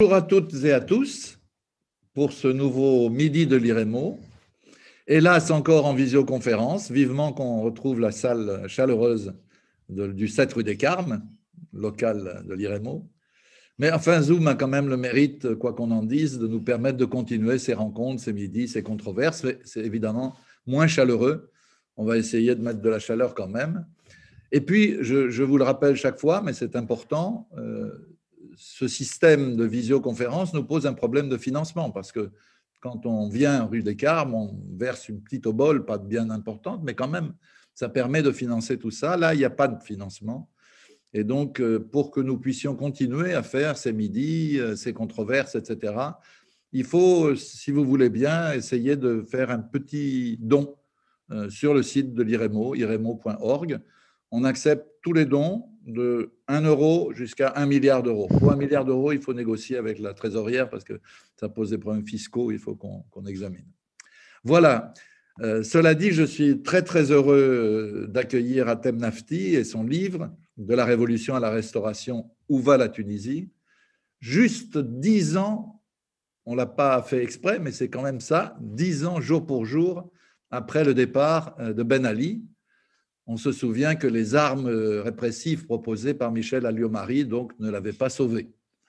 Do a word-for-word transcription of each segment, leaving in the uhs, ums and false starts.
Bonjour à toutes et à tous pour ce nouveau Midi de l'IREMO. Hélas, encore en visioconférence, vivement qu'on retrouve la salle chaleureuse de, du sept rue des Carmes, local de l'IREMO. Mais enfin, Zoom a quand même le mérite, quoi qu'on en dise, de nous permettre de continuer ces rencontres, ces midis, ces controverses. C'est évidemment moins chaleureux. On va essayer de mettre de la chaleur quand même. Et puis, je, je vous le rappelle chaque fois, mais c'est important, euh, ce système de visioconférence nous pose un problème de financement parce que quand on vient rue des Carmes, on verse une petite obole, pas bien importante, mais quand même, ça permet de financer tout ça. Là, il n'y a pas de financement. Et donc, pour que nous puissions continuer à faire ces midis, ces controverses, et cetera, il faut, si vous voulez bien, essayer de faire un petit don sur le site de l'IREMO, iremo point org. On accepte tous les dons de un euro jusqu'à un milliard d'euros. Pour un milliard d'euros, il faut négocier avec la trésorière parce que ça pose des problèmes fiscaux, il faut qu'on qu'on examine. Voilà. Euh, cela dit, je suis très, très heureux d'accueillir Hatem Nafti et son livre « De la Révolution à la Restauration, où va la Tunisie ?» Juste dix ans, on ne l'a pas fait exprès, mais c'est quand même ça, dix ans jour pour jour après le départ de Ben Ali. On se souvient que les armes répressives proposées par Michel Alliot-Marie donc, ne l'avaient pas sauvé.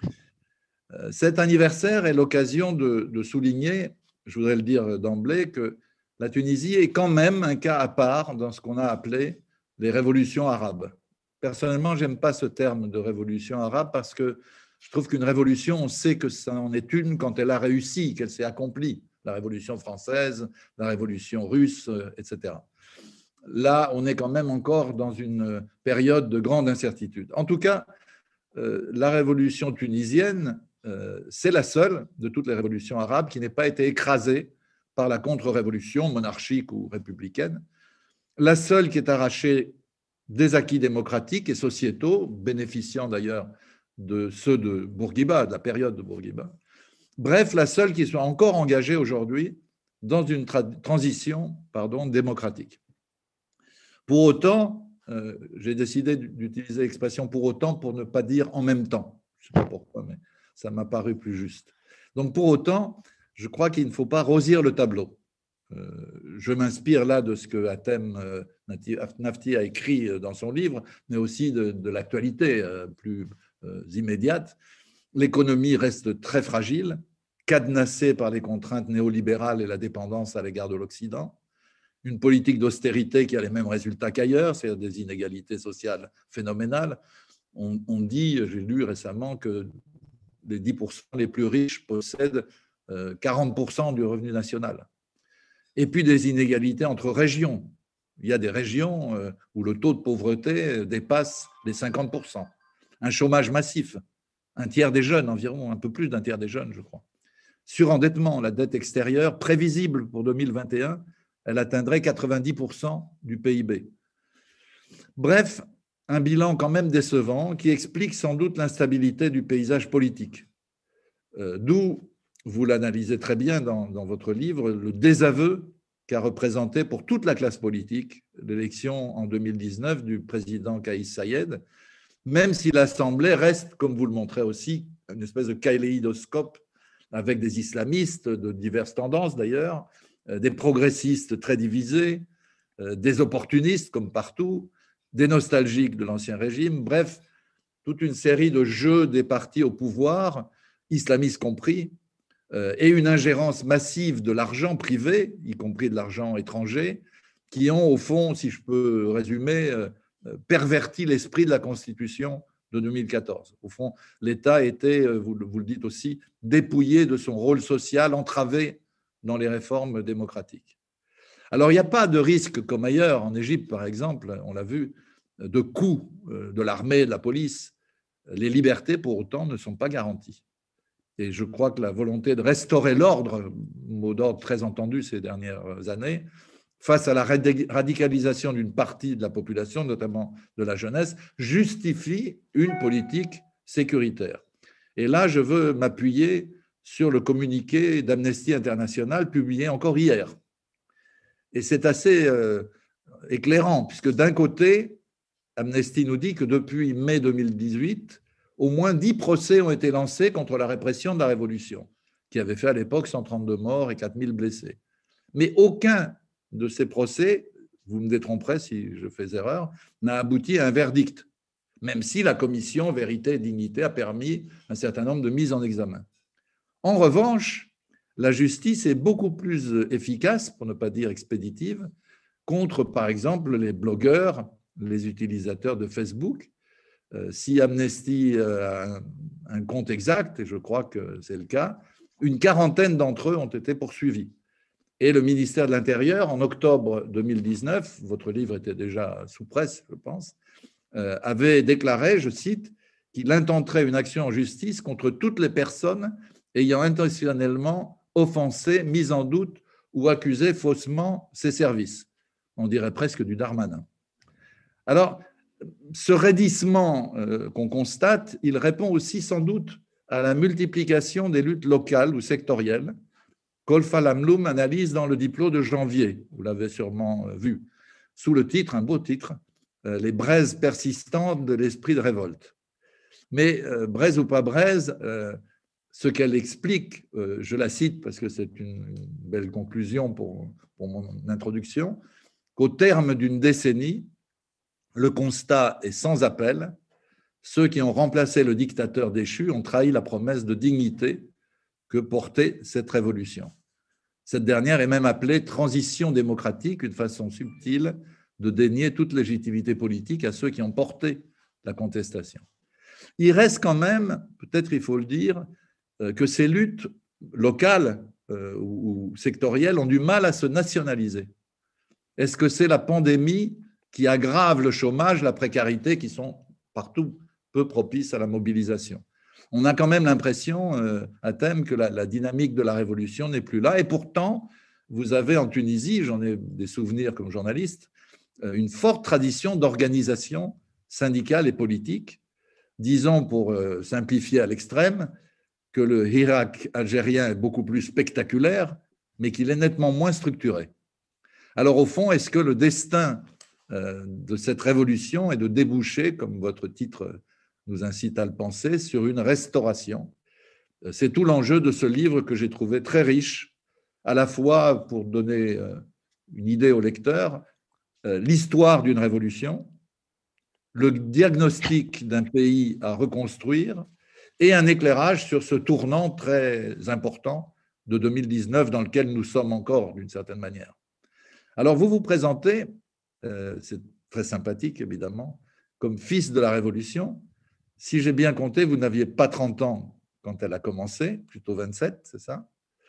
Cet anniversaire est l'occasion de, de souligner, je voudrais le dire d'emblée, que la Tunisie est quand même un cas à part dans ce qu'on a appelé les révolutions arabes. Personnellement, je n'aime pas ce terme de révolution arabe parce que je trouve qu'une révolution, on sait que ça en est une quand elle a réussi, qu'elle s'est accomplie. La révolution française, la révolution russe, et cetera. Là, on est quand même encore dans une période de grande incertitude. En tout cas, euh, la révolution tunisienne, euh, c'est la seule de toutes les révolutions arabes qui n'ait pas été écrasée par la contre-révolution monarchique ou républicaine. La seule qui est arrachée des acquis démocratiques et sociétaux, bénéficiant d'ailleurs de ceux de Bourguiba, de la période de Bourguiba. Bref, la seule qui soit encore engagée aujourd'hui dans une tra- transition pardon, démocratique. Pour autant, euh, j'ai décidé d'utiliser l'expression pour autant pour ne pas dire en même temps. Je ne sais pas pourquoi, mais ça m'a paru plus juste. Donc, pour autant, je crois qu'il ne faut pas rosir le tableau. Euh, je m'inspire là de ce que Hatem euh, Nafti a écrit dans son livre, mais aussi de, de l'actualité euh, plus euh, immédiate. L'économie reste très fragile, cadenassée par les contraintes néolibérales et la dépendance à l'égard de l'Occident. Une politique d'austérité qui a les mêmes résultats qu'ailleurs, c'est-à-dire des inégalités sociales phénoménales. On, on dit, j'ai lu récemment, que les dix pour cent les plus riches possèdent quarante pour cent du revenu national. Et puis des inégalités entre régions. Il y a des régions où le taux de pauvreté dépasse les cinquante pour cent. Un chômage massif, un tiers des jeunes, environ un peu plus d'un tiers des jeunes, je crois. Surendettement, la dette extérieure prévisible pour deux mille vingt et un, elle atteindrait quatre-vingt-dix pour cent du P I B. Bref, un bilan quand même décevant qui explique sans doute l'instabilité du paysage politique. Euh, D'où, vous l'analysez très bien dans, dans votre livre, le désaveu qu'a représenté pour toute la classe politique l'élection en deux mille dix-neuf du président Kais Saied, même si l'Assemblée reste, comme vous le montrez aussi, une espèce de kaléidoscope avec des islamistes de diverses tendances d'ailleurs, des progressistes très divisés, des opportunistes comme partout, des nostalgiques de l'ancien régime, bref, toute une série de jeux des partis au pouvoir, islamistes compris, et une ingérence massive de l'argent privé, y compris de l'argent étranger, qui ont au fond, si je peux résumer, perverti l'esprit de la Constitution de deux mille quatorze. Au fond, l'État était, vous le dites aussi, dépouillé de son rôle social, entravé dans les réformes démocratiques. Alors, il n'y a pas de risque comme ailleurs, en Égypte par exemple, on l'a vu, de coups de l'armée, de la police. Les libertés, pour autant, ne sont pas garanties. Et je crois que la volonté de restaurer l'ordre, mot d'ordre très entendu ces dernières années, face à la radicalisation d'une partie de la population, notamment de la jeunesse, justifie une politique sécuritaire. Et là, je veux m'appuyer sur le communiqué d'Amnesty International publié encore hier. Et c'est assez euh, éclairant, puisque d'un côté, Amnesty nous dit que depuis mai deux mille dix-huit, au moins dix procès ont été lancés contre la répression de la Révolution, qui avait fait à l'époque cent trente-deux morts et quatre mille blessés. Mais aucun de ces procès, vous me détromperez si je fais erreur, n'a abouti à un verdict, même si la commission Vérité et Dignité a permis un certain nombre de mises en examen. En revanche, la justice est beaucoup plus efficace, pour ne pas dire expéditive, contre, par exemple, les blogueurs, les utilisateurs de Facebook. Si Amnesty a un compte exact, et je crois que c'est le cas, une quarantaine d'entre eux ont été poursuivis. Et le ministère de l'Intérieur, en octobre deux mille dix-neuf, votre livre était déjà sous presse, je pense, avait déclaré, je cite, qu'il intenterait une action en justice contre toutes les personnes ayant intentionnellement offensé, mis en doute ou accusé faussement ses services. On dirait presque du Darmanin. Alors, ce raidissement qu'on constate, il répond aussi sans doute à la multiplication des luttes locales ou sectorielles qu'Olfa Lamloum analyse dans le diplôme de janvier, vous l'avez sûrement vu, sous le titre, un beau titre, « Les braises persistantes de l'esprit de révolte ». Mais braise ou pas braise, ce qu'elle explique, je la cite parce que c'est une belle conclusion pour, pour mon introduction, qu'au terme d'une décennie, le constat est sans appel, ceux qui ont remplacé le dictateur déchu ont trahi la promesse de dignité que portait cette révolution. Cette dernière est même appelée transition démocratique, une façon subtile de dénier toute légitimité politique à ceux qui ont porté la contestation. Il reste quand même, peut-être il faut le dire, que ces luttes locales ou sectorielles ont du mal à se nationaliser. Est-ce que c'est la pandémie qui aggrave le chômage, la précarité, qui sont partout peu propices à la mobilisation? On a quand même l'impression, à thème, que la, la dynamique de la révolution n'est plus là. Et pourtant, vous avez en Tunisie, j'en ai des souvenirs comme journaliste, une forte tradition d'organisation syndicale et politique. Disons, pour simplifier à l'extrême, que le Hirak algérien est beaucoup plus spectaculaire, mais qu'il est nettement moins structuré. Alors, au fond, est-ce que le destin de cette révolution est de déboucher, comme votre titre nous incite à le penser, sur une restauration? C'est tout l'enjeu de ce livre que j'ai trouvé très riche, à la fois pour donner une idée au lecteur, l'histoire d'une révolution, le diagnostic d'un pays à reconstruire et un éclairage sur ce tournant très important de deux mille dix-neuf dans lequel nous sommes encore d'une certaine manière. Alors vous vous présentez, euh, c'est très sympathique évidemment, comme fils de la Révolution. Si j'ai bien compté, vous n'aviez pas trente ans quand elle a commencé, plutôt vingt-sept, c'est ça?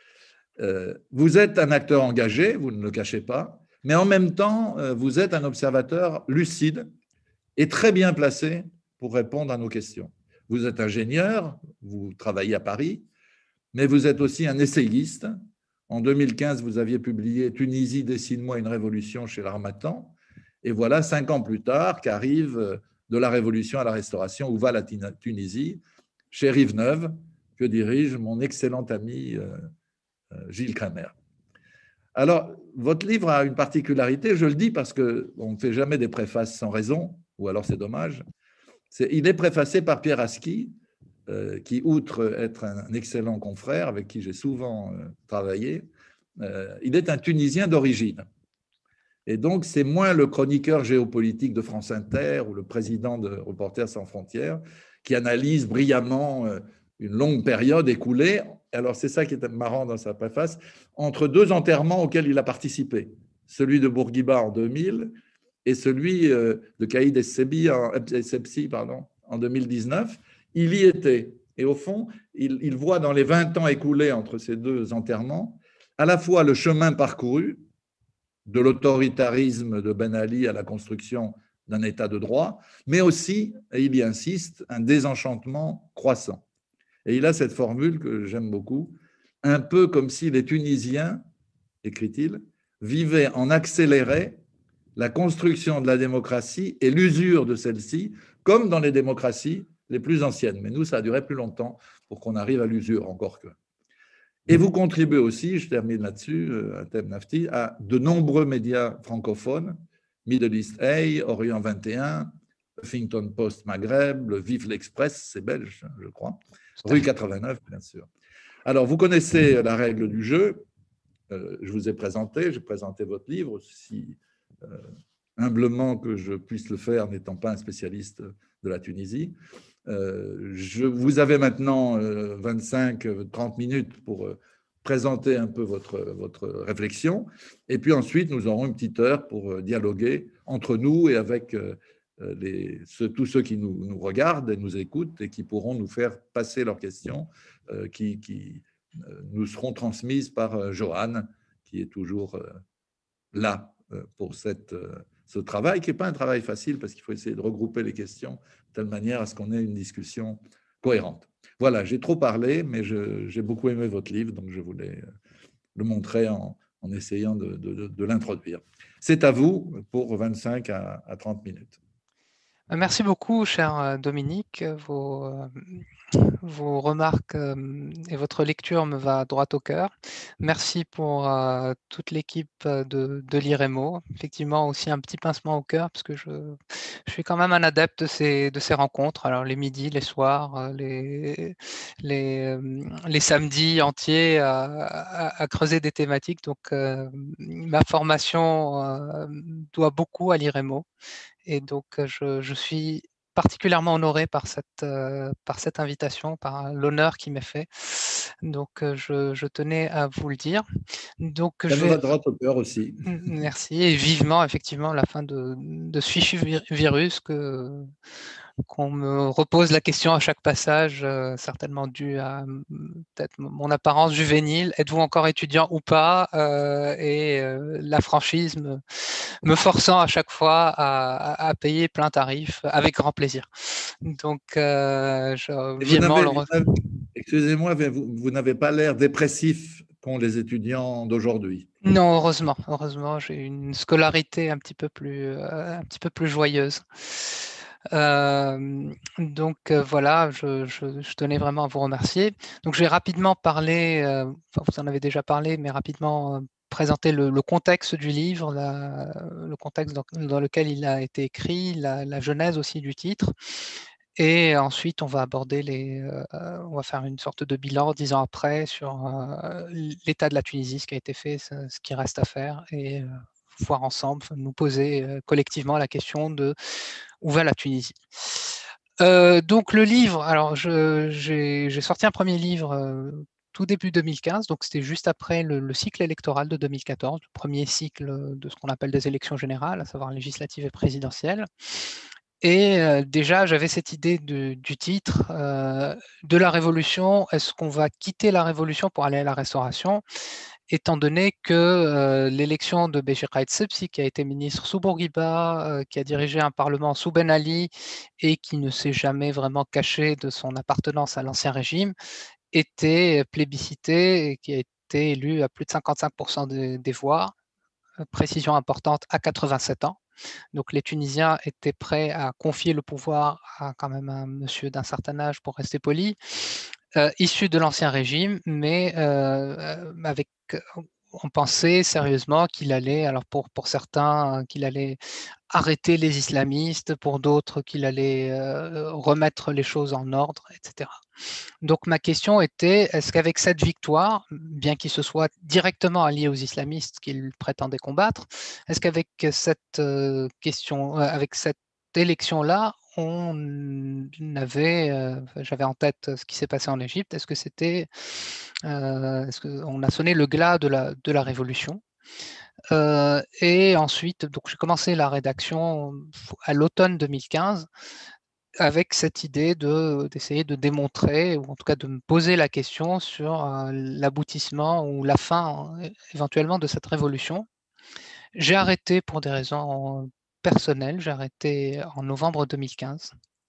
euh, Vous êtes un acteur engagé, vous ne le cachez pas, mais en même temps, vous êtes un observateur lucide et très bien placé pour répondre à nos questions. Vous êtes ingénieur, vous travaillez à Paris, mais vous êtes aussi un essayiste. En deux mille quinze, vous aviez publié « Tunisie, dessine-moi une révolution » chez l'Harmattan. Et voilà, cinq ans plus tard, qu'arrive de la Révolution à la Restauration, où va la Tunisie, chez Rive-Neuve, que dirige mon excellent ami Gilles Kremer. Alors, votre livre a une particularité, je le dis parce qu'on ne fait jamais des préfaces sans raison, ou alors c'est dommage. C'est, il est préfacé par Pierre Aski, euh, qui, outre être un excellent confrère avec qui j'ai souvent euh, travaillé, euh, il est un Tunisien d'origine. Et donc, c'est moins le chroniqueur géopolitique de France Inter ou le président de Reporters sans frontières qui analyse brillamment euh, une longue période écoulée. Alors, c'est ça qui est marrant dans sa préface, entre deux enterrements auxquels il a participé, celui de Bourguiba en deux mille et celui de Caïd Essebsi en, pardon, en deux mille dix-neuf, il y était. Et au fond, il, il voit dans les vingt ans écoulés entre ces deux enterrements, à la fois le chemin parcouru, de l'autoritarisme de Ben Ali à la construction d'un État de droit, mais aussi, et il y insiste, un désenchantement croissant. Et il a cette formule que j'aime beaucoup, un peu comme si les Tunisiens, écrit-il, vivaient en accéléré la construction de la démocratie et l'usure de celle-ci, comme dans les démocraties les plus anciennes. Mais nous, ça a duré plus longtemps pour qu'on arrive à l'usure, encore que. Et vous contribuez aussi, je termine là-dessus, un thème Nafti, à de nombreux médias francophones, Middle East A, Orient vingt et un, Huffington Post Maghreb, le Vive l'Express, c'est belge, je crois, Tout à rue fait. quatre-vingt-neuf, bien sûr. Alors, vous connaissez la règle du jeu. Euh, je vous ai présenté, j'ai présenté votre livre, aussi euh, humblement que je puisse le faire, n'étant pas un spécialiste de la Tunisie. Euh, je, vous avez maintenant euh, vingt-cinq trente minutes pour euh, présenter un peu votre, votre réflexion. Et puis ensuite, nous aurons une petite heure pour euh, dialoguer entre nous et avec euh, les, ceux, tous ceux qui nous, nous regardent et nous écoutent et qui pourront nous faire passer leurs questions euh, qui, qui euh, nous seront transmises par euh, Johan, qui est toujours euh, là euh, pour cette, euh, ce travail, qui n'est pas un travail facile parce qu'il faut essayer de regrouper les questions de telle manière à ce qu'on ait une discussion cohérente. Voilà, j'ai trop parlé, mais j'ai beaucoup aimé votre livre, donc je voulais euh, le montrer en, en essayant de, de, de l'introduire. C'est à vous pour vingt-cinq à, à trente minutes. Merci beaucoup, cher Dominique. Vos, vos remarques et votre lecture me va droit au cœur. Merci pour uh, toute l'équipe de, de l'IREMO. Effectivement, aussi un petit pincement au cœur, parce que je, je suis quand même un adepte de ces, de ces rencontres. Alors, les midis, les soirs, les, les, les samedis entiers à, à, à creuser des thématiques. Donc, euh, ma formation euh, doit beaucoup à l'IREMO. Et donc, je, je suis particulièrement honoré par cette, euh, par cette invitation, par l'honneur qui m'est fait. Donc, je, je tenais à vous le dire. Donc, Ça je me vais... va droit au cœur aussi. Merci. Et vivement, effectivement, la fin de, de ce fichu virus que qu'on me repose la question à chaque passage, euh, certainement dû à peut-être mon apparence juvénile. Êtes-vous encore étudiant ou pas euh, Et euh, la franchise me, me forçant à chaque fois à, à, à payer plein tarif avec grand plaisir. Donc, euh, je, Et vous vivement n'avez, le... vous n'avez- excusez-moi, mais vous, vous n'avez pas l'air dépressif qu'ont les étudiants d'aujourd'hui. Non, heureusement, heureusement, j'ai une scolarité un petit peu plus, euh, un petit peu plus joyeuse. Euh, donc euh, voilà, je, je, je tenais vraiment à vous remercier. Donc j'ai rapidement parlé, euh, enfin, vous en avez déjà parlé, mais rapidement euh, présenter le, le contexte du livre, la, le contexte dans, dans lequel il a été écrit, la, la genèse aussi du titre. Et ensuite, on va aborder les, euh, on va faire une sorte de bilan dix ans après sur euh, l'état de la Tunisie, ce qui a été fait, ce, ce qui reste à faire, et euh, voir ensemble, nous poser euh, collectivement la question de où va la Tunisie. Euh, donc le livre, alors j'ai sorti un premier livre euh, tout début deux mille quinze, donc c'était juste après le, le cycle électoral de deux mille quatorze, le premier cycle de ce qu'on appelle des élections générales, à savoir législatives et présidentielles. Et euh, déjà, j'avais cette idée de, du titre euh, de la Révolution. Est-ce qu'on va quitter la Révolution pour aller à la Restauration, étant donné que euh, l'élection de Béchir Caïd Sebsi, qui a été ministre sous Bourguiba, euh, qui a dirigé un parlement sous Ben Ali et qui ne s'est jamais vraiment caché de son appartenance à l'ancien régime, était plébiscitée et qui a été élu à plus de cinquante-cinq pour cent des, des voix. Précision importante, à quatre-vingt-sept ans. Donc les Tunisiens étaient prêts à confier le pouvoir à quand même un monsieur d'un certain âge, pour rester poli, euh, issu de l'ancien régime, mais euh, avec, on pensait sérieusement qu'il allait, alors pour, pour certains, qu'il allait arrêter les islamistes, pour d'autres qu'il allait euh, remettre les choses en ordre, et cetera. Donc ma question était, est-ce qu'avec cette victoire, bien qu'il se soit directement allié aux islamistes qu'il prétendait combattre, est-ce qu'avec cette euh, question, euh, avec cette élection-là, on avait, euh, j'avais en tête ce qui s'est passé en Égypte, est-ce que c'était, euh, est-ce qu'on a sonné le glas de la, de la révolution? Euh, et ensuite, donc j'ai commencé la rédaction à l'automne deux mille quinze, avec cette idée de d'essayer de démontrer, ou en tout cas de me poser la question sur euh, l'aboutissement ou la fin euh, éventuellement de cette révolution. J'ai arrêté pour des raisons personnelles, j'ai arrêté en novembre deux mille quinze.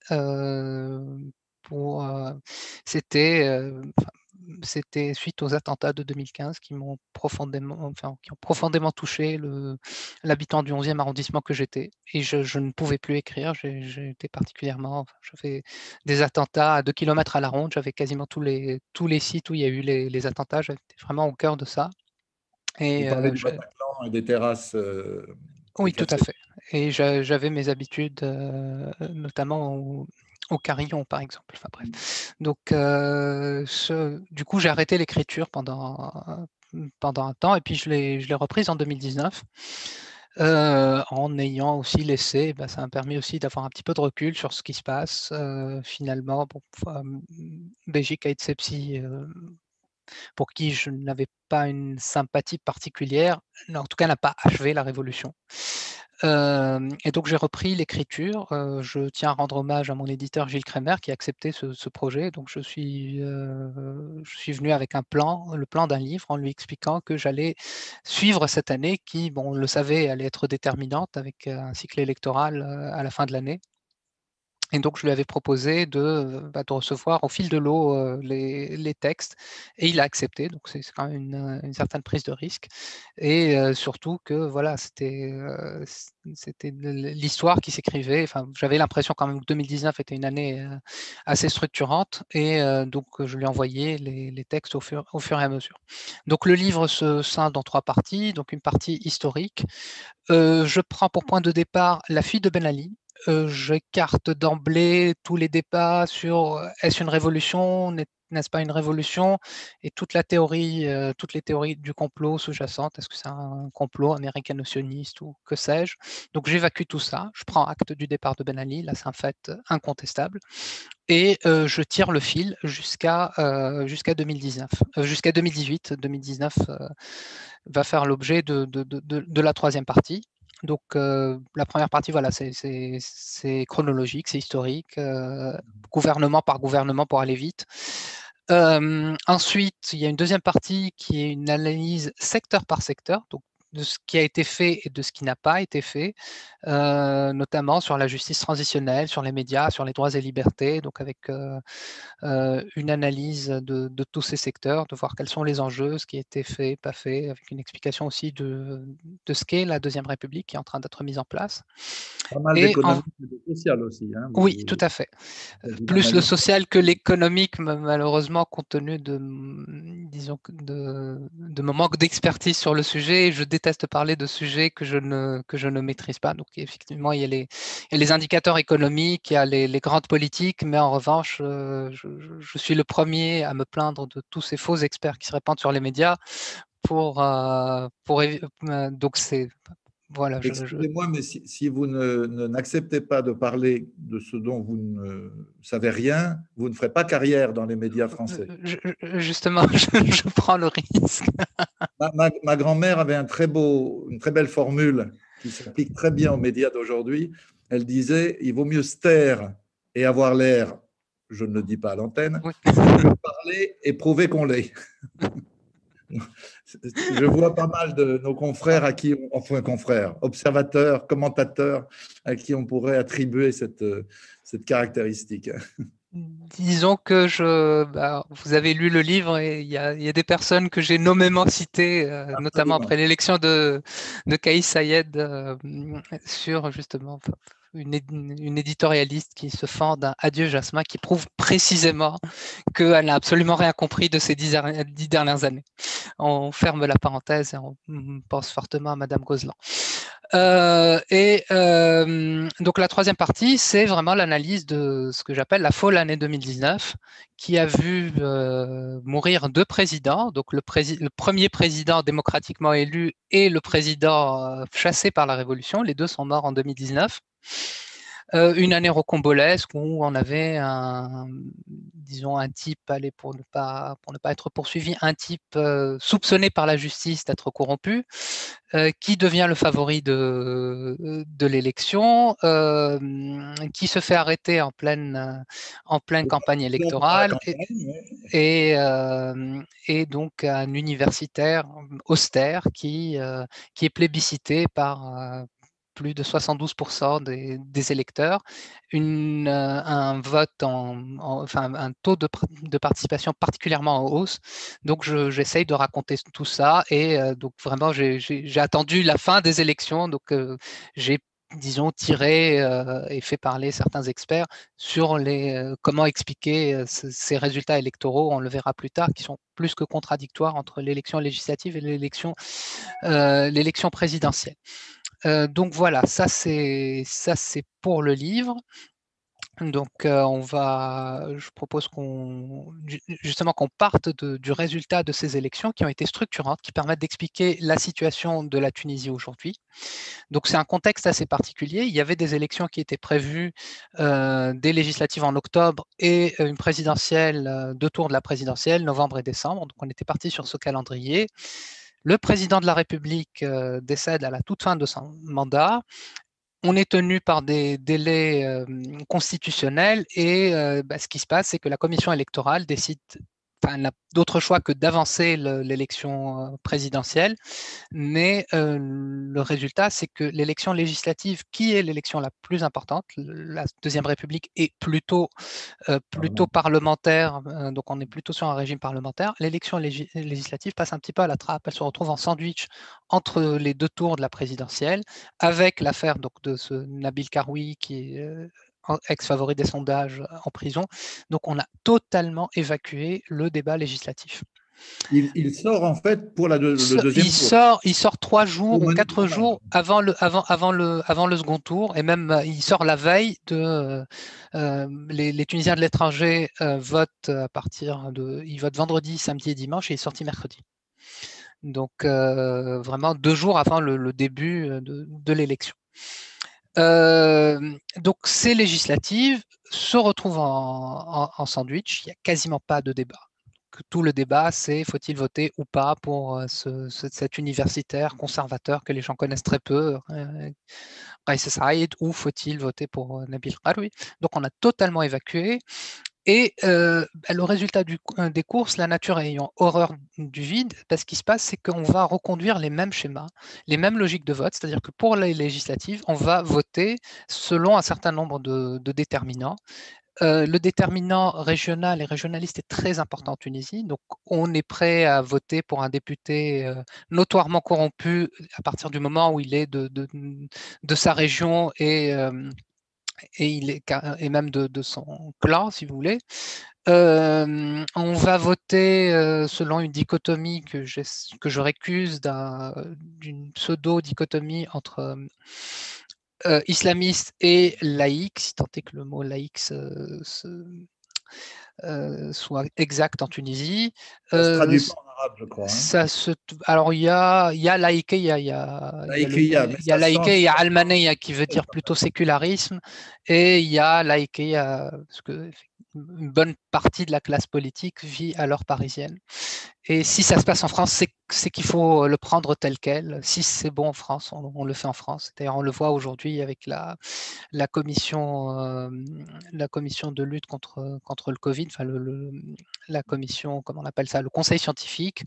Euh, pour, euh, c'était, euh, c'était suite aux attentats de deux mille quinze qui m'ont profondément, enfin, qui ont profondément touché l'habitant du onzième arrondissement que j'étais. Et je, je ne pouvais plus écrire. J'étais particulièrement, enfin, je fais des attentats à deux kilomètres à la ronde. J'avais quasiment tous les, tous les sites où il y a eu les, les attentats. J'étais vraiment au cœur de ça. Vous Et parlez euh, du je, Bataclan et des terrasses euh, des oui, tout à cafés. fait. et j'avais mes habitudes, euh, notamment au, au carillon, par exemple. Enfin, bref. Donc, euh, ce, du coup, j'ai arrêté l'écriture pendant, pendant un temps, et puis je l'ai reprise en deux mille dix-neuf. Euh, en ayant aussi laissé, bah, ça m'a permis aussi d'avoir un petit peu de recul sur ce qui se passe. Euh, finalement, bon, euh, Béjic Aït-Sepsi, euh, pour qui je n'avais pas une sympathie particulière, en tout cas n'a pas achevé la révolution. Euh, et donc j'ai repris l'écriture. Euh, je tiens à rendre hommage à mon éditeur Gilles Crémer qui a accepté ce, ce projet. Donc je suis, euh, je suis venu avec un plan, le plan d'un livre, en lui expliquant que j'allais suivre cette année qui, bon, on le savait, allait être déterminante avec un cycle électoral à la fin de l'année. Et donc, je lui avais proposé de, bah, de recevoir au fil de l'eau euh, les, les textes, et il a accepté. Donc, c'est quand même une, une certaine prise de risque. Et euh, surtout que, voilà, c'était euh, c'était l'histoire qui s'écrivait. Enfin, j'avais l'impression quand même que deux mille dix-neuf était une année euh, assez structurante. Et euh, donc, je lui ai envoyé les, les textes au fur, au fur et à mesure. Donc, le livre se scinde en trois parties. Donc, une partie historique. Euh, je prends pour point de départ la fuite de Ben Ali. Euh, j'écarte d'emblée tous les débats sur euh, est-ce une révolution, n'est-ce pas une révolution, et toute la théorie, euh, toutes les théories du complot sous-jacentes, est-ce que c'est un complot américano-sioniste ou que sais-je. Donc j'évacue tout ça, je prends acte du départ de Ben Ali, là c'est un fait incontestable, et euh, je tire le fil jusqu'à euh, jusqu'à deux mille dix-neuf, euh, jusqu'à deux mille dix-huit. deux mille dix-neuf euh, va faire l'objet de, de, de, de la troisième partie. Donc, euh, la première partie, voilà, c'est chronologique, c'est historique, euh, gouvernement par gouvernement pour aller vite. Euh, ensuite, il y a une deuxième partie qui est une analyse secteur par secteur, donc de ce qui a été fait et de ce qui n'a pas été fait, euh, notamment sur la justice transitionnelle, sur les médias, sur les droits et libertés, donc avec euh, euh, une analyse de, de, tous ces secteurs, de voir quels sont les enjeux, ce qui a été fait, pas fait, avec une explication aussi de, de ce qu'est la Deuxième République qui est en train d'être mise en place. Pas mal d'économie et de social aussi. Hein, vous, oui, tout à fait. Plus le social que l'économique, malheureusement, compte tenu de, disons, de, de mon manque d'expertise sur le sujet. Je déteste parler de sujets que je ne, que je ne maîtrise pas. Donc, effectivement, il y a les, il y a les indicateurs économiques, il y a les, les grandes politiques, mais en revanche, euh, je, je suis le premier à me plaindre de tous ces faux experts qui se répandent sur les médias. Pour, euh, pour, euh, donc, c'est... Voilà, excusez-moi, je... mais si, si vous n'acceptez pas de parler de ce dont vous ne savez rien, vous ne ferez pas carrière dans les médias français. Je, justement, je, je prends le risque. Ma, ma, ma grand-mère avait un très beau, une très belle formule qui s'applique très bien aux médias d'aujourd'hui. Elle disait, il vaut mieux se taire et avoir l'air, je ne le dis pas à l'antenne, oui. que parler et prouver qu'on l'est. Je vois pas mal de nos confrères à qui, on, enfin confrères, observateurs, commentateurs, à qui on pourrait attribuer cette, cette caractéristique. Disons que je, bah, vous avez lu le livre et il y a, y a des personnes que j'ai nommément citées, euh, notamment après l'élection de, de Kais Sayed, euh, sur justement une, une éditorialiste qui se fend d'un Adieu Jasmin, qui prouve précisément qu'elle n'a absolument rien compris de ces dix, dix dernières années. On ferme la parenthèse et on pense fortement à Madame Gozlan. Euh, et euh, donc la troisième partie, c'est vraiment l'analyse de ce que j'appelle la folle année deux mille dix-neuf, qui a vu euh, mourir deux présidents, donc le, prési le premier président démocratiquement élu et le président euh, chassé par la Révolution. Les deux sont morts en deux mille dix-neuf. Euh, une année rocambolesque où on avait un, disons, un type, allez, pour ne pas, pour ne pas être poursuivi, un type euh, soupçonné par la justice d'être corrompu, euh, qui devient le favori de, de l'élection, euh, qui se fait arrêter en pleine, en pleine campagne électorale, et, et, euh, et donc un universitaire austère qui, euh, qui est plébiscité par, euh, plus de soixante-douze pour cent des, des électeurs, une, euh, un vote, en, en, enfin un taux de, de, participation particulièrement en hausse. Donc j'essaye je, de raconter tout ça et euh, donc vraiment j'ai attendu la fin des élections, donc euh, j'ai disons tiré euh, et fait parler certains experts sur les, euh, comment expliquer euh, ces résultats électoraux, on le verra plus tard, qui sont plus que contradictoires entre l'élection législative et l'élection euh, l'élection présidentielle. Euh, donc voilà, ça c'est ça c'est pour le livre. Donc, euh, on va, je propose qu'on, justement, qu'on parte de, du résultat de ces élections qui ont été structurantes, qui permettent d'expliquer la situation de la Tunisie aujourd'hui. Donc, c'est un contexte assez particulier. Il y avait des élections qui étaient prévues, euh, des législatives en octobre et une présidentielle, euh, deux tours de la présidentielle, novembre et décembre. Donc, on était parti sur ce calendrier. Le président de la République euh, décède à la toute fin de son mandat. On est tenu par des délais euh, constitutionnels et euh, bah, ce qui se passe, c'est que la commission électorale décide, enfin, n'a d'autre choix que d'avancer l'élection présidentielle, mais euh, le résultat, c'est que l'élection législative, qui est l'élection la plus importante, la Deuxième République est plutôt, euh, plutôt parlementaire, euh, donc on est plutôt sur un régime parlementaire, l'élection légis législative passe un petit peu à la trappe, elle se retrouve en sandwich entre les deux tours de la présidentielle, avec l'affaire donc de ce Nabil Karoui qui est euh, ex-favori des sondages en prison. Donc on a totalement évacué le débat législatif. Il, il sort en fait pour la, le deuxième il tour. Sort, il sort trois jours ou quatre jours avant le, avant, avant, le, avant le second tour, et même il sort la veille de euh, les, les Tunisiens de l'étranger euh, votent à partir de, ils votent vendredi, samedi et dimanche, et il est sorti mercredi. Donc euh, vraiment deux jours avant le, le début de, de l'élection. Euh, donc ces législatives se retrouvent en, en, en sandwich, il n'y a quasiment pas de débat. Tout le débat, c'est faut-il voter ou pas pour ce, ce, cet universitaire conservateur que les gens connaissent très peu, euh, Kais Saïed, ou faut-il voter pour euh, Nabil Karoui. Donc on a totalement évacué. Et euh, le résultat du, des courses, la nature ayant horreur du vide, parce ce qui se passe, c'est qu'on va reconduire les mêmes schémas, les mêmes logiques de vote, c'est-à-dire que pour les législatives, on va voter selon un certain nombre de, de déterminants. Euh, le déterminant régional et régionaliste est très important en Tunisie. Donc, on est prêt à voter pour un député euh, notoirement corrompu à partir du moment où il est de, de, de sa région et, euh, et, il est, et même de, de son clan, si vous voulez. Euh, on va voter euh, selon une dichotomie que, que je récuse d'une pseudo-dichotomie entre euh, islamiste et laïque, si tant est que le mot laïque se, se, euh, soit exact en Tunisie. Ça se traduit pas en arabe, je crois. Hein. Ça se, alors, il y a, il y a laïque, il y a, il y a, il y a, il y a laïque, il y a almanéia qui veut dire plutôt sécularisme, et il y a laïque, parce que une bonne partie de la classe politique vit à l'heure parisienne. Et si ça se passe en France, c'est qu'il faut le prendre tel quel. Si c'est bon en France, on, on le fait en France. D'ailleurs, on le voit aujourd'hui avec la, la, commission, euh, la commission de lutte contre, contre le Covid, enfin le, le, la commission, comment on appelle ça, le conseil scientifique.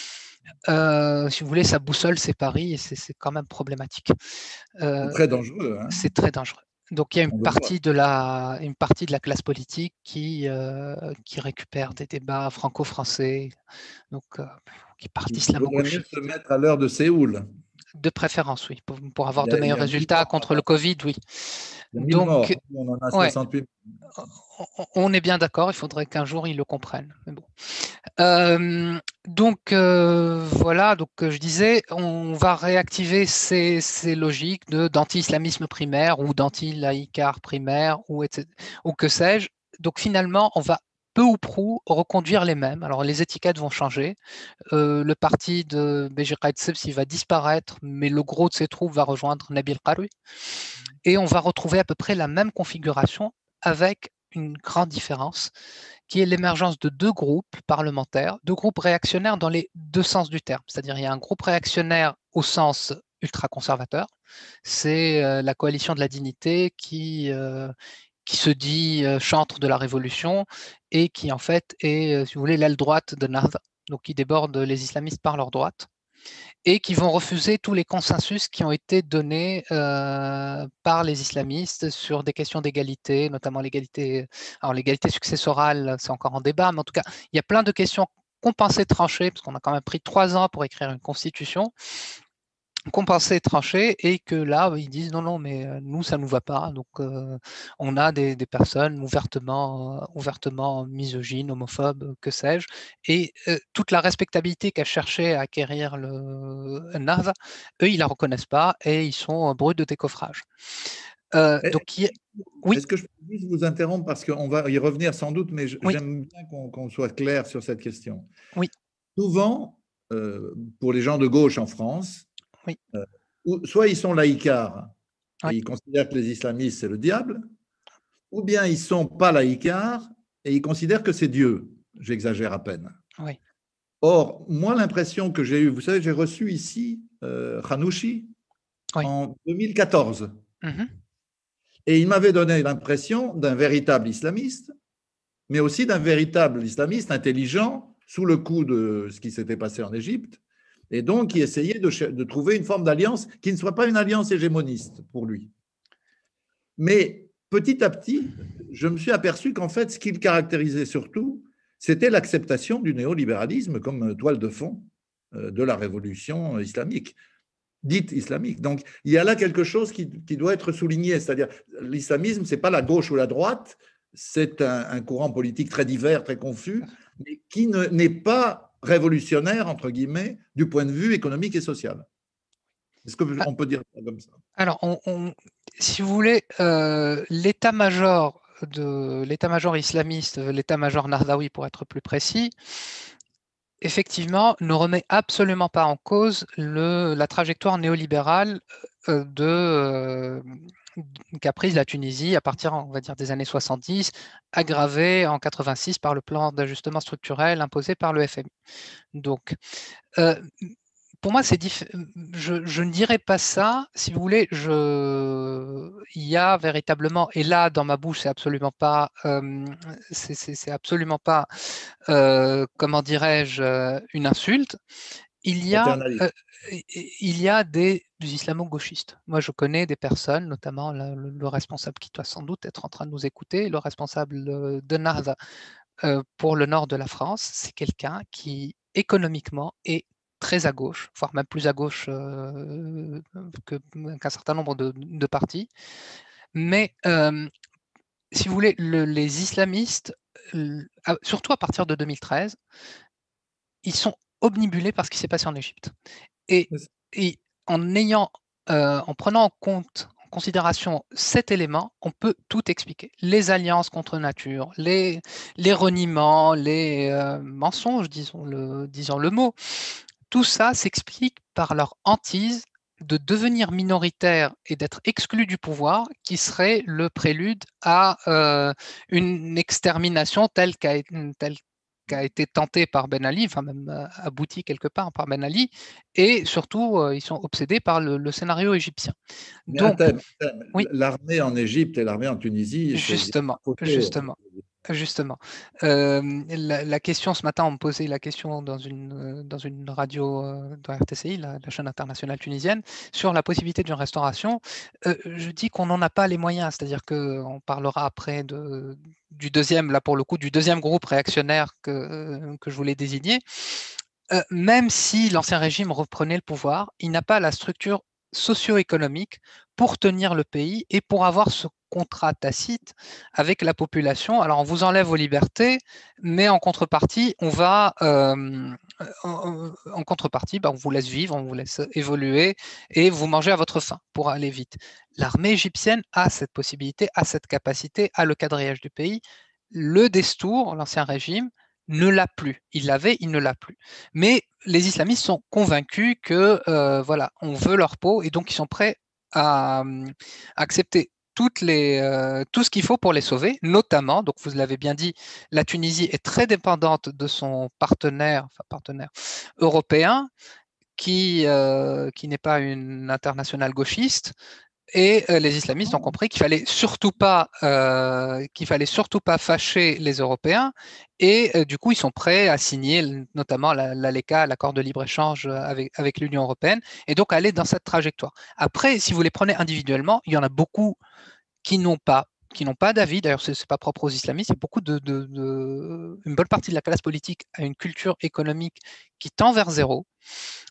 Euh, si vous voulez, sa boussole, c'est Paris, et c'est quand même problématique. Euh, c'est très dangereux. Hein. C'est très dangereux. Donc, il y a une partie, de la, une partie de la classe politique qui, euh, qui récupère des débats franco-français, donc euh, qui partent islamo-gauchistes. Il faudrait mieux se mettre à l'heure de Séoul. De préférence, oui, pour, pour avoir a, de meilleurs résultats contre le Covid, oui. Donc, morts. On en a soixante-huit. Ouais, on est bien d'accord, il faudrait qu'un jour ils le comprennent. Mais bon. Euh, donc euh, voilà, donc je disais, on va réactiver ces, ces logiques de d'anti-islamisme primaire ou d'anti-laïcar primaire ou, ou que sais-je. Donc finalement, on va peu ou prou reconduire les mêmes. Alors les étiquettes vont changer. Euh, le parti de Béji Caïd Sebsi va disparaître, mais le gros de ses troupes va rejoindre Nabil Karoui. Et on va retrouver à peu près la même configuration avec une grande différence, qui est l'émergence de deux groupes parlementaires, deux groupes réactionnaires dans les deux sens du terme. C'est-à-dire il y a un groupe réactionnaire au sens ultra-conservateur, c'est euh, la coalition de la dignité qui, euh, qui se dit euh, chantre de la révolution et qui en fait est, euh, si vous voulez, l'aile droite de Nahdha, donc qui déborde les islamistes par leur droite, et qui vont refuser tous les consensus qui ont été donnés euh, par les islamistes sur des questions d'égalité, notamment l'égalité, alors l'égalité successorale, c'est encore en débat, mais en tout cas, il y a plein de questions qu'on pensait tranchées, parce qu'on a quand même pris trois ans pour écrire une constitution, qu'on pensait tranché, et que là, ils disent non, non, mais nous, ça ne nous va pas. Donc, euh, on a des, des personnes ouvertement, euh, ouvertement misogynes, homophobes, que sais-je, et euh, toute la respectabilité qu'a cherché à acquérir le N A V, eux, ils la reconnaissent pas et ils sont bruts de décoffrage. Euh, donc, il... oui. Est-ce que je peux juste vous interrompre parce qu'on va y revenir sans doute, mais Oui. j'aime bien qu'on qu'on soit clair sur cette question. Oui. Souvent, euh, pour les gens de gauche en France, oui. euh, soit ils sont laïcards et oui. ils considèrent que les islamistes, c'est le diable, ou bien ils ne sont pas laïcards et ils considèrent que c'est Dieu. J'exagère à peine. Oui. Or, moi, l'impression que j'ai eue, vous savez, j'ai reçu ici euh, Khanouchi oui. en deux mille quatorze. Mm-hmm. Et il m'avait donné l'impression d'un véritable islamiste, mais aussi d'un véritable islamiste intelligent sous le coup de ce qui s'était passé en Égypte, et donc qui essayait de, de trouver une forme d'alliance qui ne soit pas une alliance hégémoniste pour lui. Mais petit à petit, je me suis aperçu qu'en fait, ce qu'il caractérisait surtout, c'était l'acceptation du néolibéralisme comme toile de fond de la révolution islamique, dite islamique. Donc, il y a là quelque chose qui, qui doit être souligné, c'est-à-dire l'islamisme, ce n'est pas la gauche ou la droite, c'est un, un courant politique très divers, très confus, mais qui n'est pas révolutionnaire, entre guillemets, du point de vue économique et social. Est-ce qu'on peut dire ça comme ça? Alors, on, on, si vous voulez, euh, l'état-major de l'état-major islamiste, l'état-major Nardawi pour être plus précis, effectivement, ne remet absolument pas en cause le, la trajectoire néolibérale de, euh, qu'a prise la Tunisie à partir, on va dire, des années soixante-dix, aggravée en quatre-vingt-six par le plan d'ajustement structurel imposé par le F M I. Donc, euh, pour moi, c'est diff... je, je ne dirais pas ça. Si vous voulez, je... il y a véritablement, et là, dans ma bouche, c'est absolument pas, euh, c'est absolument pas, euh, comment dirais-je, une insulte. Il y a, euh, il y a des, des islamo-gauchistes. Moi, je connais des personnes, notamment le, le, le responsable qui doit sans doute être en train de nous écouter, le responsable de Nahda euh, pour le nord de la France. C'est quelqu'un qui, économiquement, est très à gauche, voire même plus à gauche euh, qu'un qu certain nombre de, de partis. Mais euh, si vous voulez, le, les islamistes, euh, surtout à partir de deux mille treize, ils sont obnubilés par ce qui s'est passé en Égypte. Et, et en ayant, euh, en prenant en compte, en considération cet élément, on peut tout expliquer. Les alliances contre nature, les, les reniements, les euh, mensonges, disons le, disons le mot, tout ça s'explique par leur hantise de devenir minoritaire et d'être exclu du pouvoir, qui serait le prélude à euh, une extermination telle qu'a telle qui a été tenté par Ben Ali, enfin même euh, abouti quelque part par Ben Ali, et surtout, euh, ils sont obsédés par le, le scénario égyptien. Mais donc, oui. L'armée en Égypte et l'armée en Tunisie, justement, justement. Justement. Euh, la, la question ce matin, on me posait la question dans une, dans une radio euh, de R T C I, la, la chaîne internationale tunisienne, sur la possibilité d'une restauration. Euh, je dis qu'on n'en a pas les moyens, c'est-à-dire qu'on parlera après de, du deuxième, là pour le coup, du deuxième groupe réactionnaire que, que je voulais désigner. Euh, même si l'ancien régime reprenait le pouvoir, il n'a pas la structure socio-économique pour tenir le pays et pour avoir ce contrat tacite avec la population. Alors, on vous enlève vos libertés, mais en contrepartie, on va, euh, en, en contrepartie, bah, on vous laisse vivre, on vous laisse évoluer et vous mangez à votre faim pour aller vite. L'armée égyptienne a cette possibilité, a cette capacité, a le quadrillage du pays. Le Destour, l'ancien régime, ne l'a plus. Il l'avait, il ne l'a plus. Mais les islamistes sont convaincus que euh, voilà, on veut leur peau et donc ils sont prêts à, à accepter toutes les, euh, tout ce qu'il faut pour les sauver, notamment, donc vous l'avez bien dit, la Tunisie est très dépendante de son partenaire, enfin partenaire européen, qui, euh, qui n'est pas une internationale gauchiste. Et euh, les islamistes ont compris qu'il fallait surtout pas euh, qu'il fallait surtout pas fâcher les Européens et euh, du coup ils sont prêts à signer notamment l'A L E C A, l'accord de libre-échange avec, avec l'Union européenne, et donc aller dans cette trajectoire. Après, si vous les prenez individuellement, il y en a beaucoup qui n'ont pas qui n'ont pas d'avis, d'ailleurs ce n'est pas propre aux islamistes, il y a beaucoup de, de, de une bonne partie de la classe politique a une culture économique qui tend vers zéro.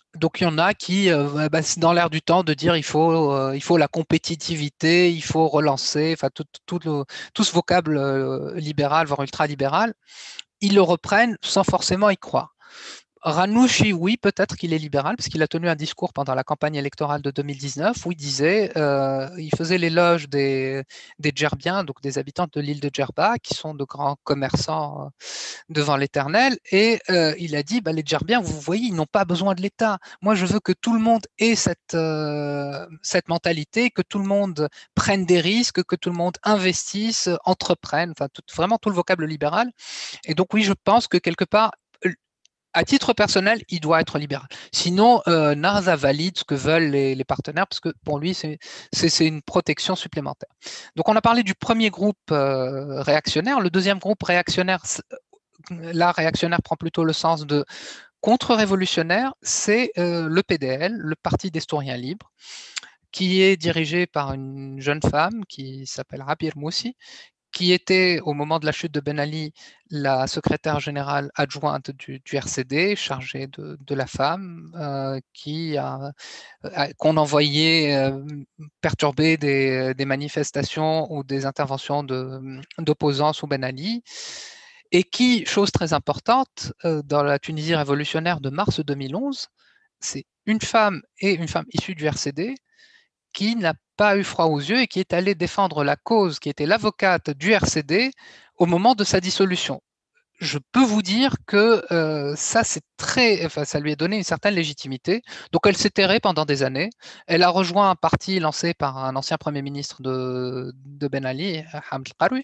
Donc il y en a qui, euh, bah, c'est dans l'air du temps de dire il faut, euh, il faut la compétitivité, il faut relancer, enfin tout, tout, le, tout ce vocable euh, libéral, voire ultra-libéral, ils le reprennent sans forcément y croire. Ranouchi, oui, peut-être qu'il est libéral, parce qu'il a tenu un discours pendant la campagne électorale de deux mille dix-neuf où il disait, euh, il faisait l'éloge des, des Djerbiens, donc des habitants de l'île de Djerba, qui sont de grands commerçants euh, devant l'Éternel, et euh, il a dit, bah, les Djerbiens, vous voyez, ils n'ont pas besoin de l'État. Moi, je veux que tout le monde ait cette, euh, cette mentalité, que tout le monde prenne des risques, que tout le monde investisse, entreprenne, enfin, tout, vraiment tout le vocable libéral. Et donc, oui, je pense que quelque part, à titre personnel, il doit être libéral. Sinon, euh, Narza valide ce que veulent les, les partenaires, parce que pour lui, c'est une protection supplémentaire. Donc, on a parlé du premier groupe euh, réactionnaire. Le deuxième groupe réactionnaire, là, réactionnaire prend plutôt le sens de contre-révolutionnaire, c'est euh, le P D L, le Parti des Stouriens libres, qui est dirigé par une jeune femme qui s'appelle Rabir Moussi, qui était, au moment de la chute de Ben Ali, la secrétaire générale adjointe du, du R C D, chargée de, de la femme, euh, qui a, qu'on envoyait euh, perturber des, des, manifestations ou des interventions d'opposants sous Ben Ali, et qui, chose très importante, euh, dans la Tunisie révolutionnaire de mars deux mille onze, c'est une femme et une femme issue du R C D qui n'a pas eu froid aux yeux et qui est allée défendre la cause, qui était l'avocate du R C D au moment de sa dissolution. Je peux vous dire que euh, ça, c'est très, enfin, ça lui a donné une certaine légitimité. Donc, elle s'est terrée pendant des années. Elle a rejoint un parti lancé par un ancien premier ministre de, de Ben Ali, Hamd al-Qaroui.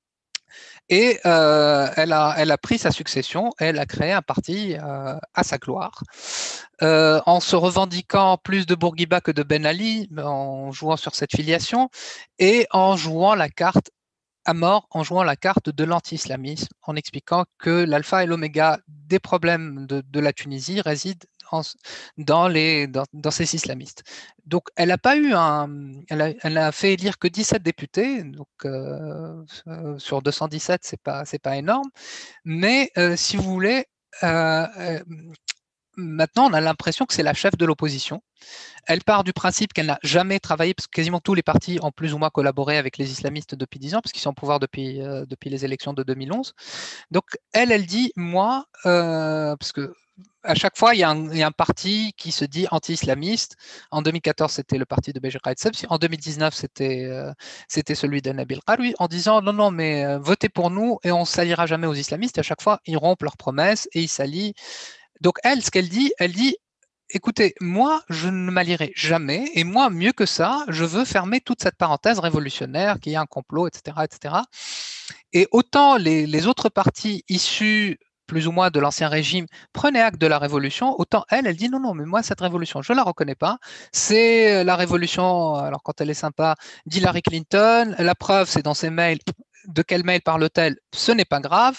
Et euh, elle, a, elle a pris sa succession, elle a créé un parti euh, à sa gloire, euh, en se revendiquant plus de Bourguiba que de Ben Ali, en jouant sur cette filiation, et en jouant la carte à mort, en jouant la carte de l'anti-islamisme, en expliquant que l'alpha et l'oméga des problèmes de, de la Tunisie résident en, dans, les, dans, dans ces islamistes. Donc, elle n'a pas eu un. Elle a, elle a fait élire que dix-sept députés, donc euh, sur deux cent dix-sept, c'est pas, c'est pas énorme. Mais euh, si vous voulez, euh, euh, maintenant, on a l'impression que c'est la chef de l'opposition. Elle part du principe qu'elle n'a jamais travaillé, parce que quasiment tous les partis ont plus ou moins collaboré avec les islamistes depuis dix ans, parce qu'ils sont au pouvoir depuis, euh, depuis les élections de deux mille onze. Donc, elle, elle dit, moi, euh, parce que à chaque fois, il y, a un, il y a un parti qui se dit anti-islamiste. En deux mille quatorze, c'était le parti de Béjir Sebsi. En deux mille dix-neuf, c'était euh, c'était celui de Nabil Qaroui, en disant non, non, mais euh, votez pour nous et on ne s'alliera jamais aux islamistes. Et à chaque fois, ils rompent leurs promesses et ils s'allient. Donc, elle, ce qu'elle dit, elle dit écoutez, moi, je ne m'allierai jamais, et moi, mieux que ça, je veux fermer toute cette parenthèse révolutionnaire, qu'il y a un complot, et cetera, et cetera. Et autant les, les autres partis issus plus ou moins de l'ancien régime prenaient acte de la révolution, autant elle, elle dit non, non, mais moi, cette révolution, je ne la reconnais pas. C'est la révolution, alors quand elle est sympa, d'Hillary Clinton. La preuve, c'est dans ses mails. De quel mail parle-t-elle? Ce n'est pas grave.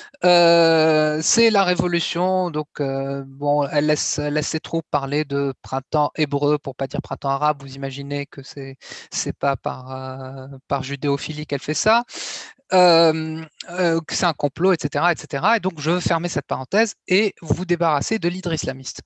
Euh, c'est la révolution, donc euh, bon, elle laisse, elle laisse ses troupes parler de printemps hébreu pour pas dire printemps arabe. Vous imaginez que c'est c'est pas par euh, par judéophilie qu'elle fait ça, euh, euh, que c'est un complot, et cetera, et cetera. Et donc je veux fermer cette parenthèse et vous débarrasser de l'hydre islamiste.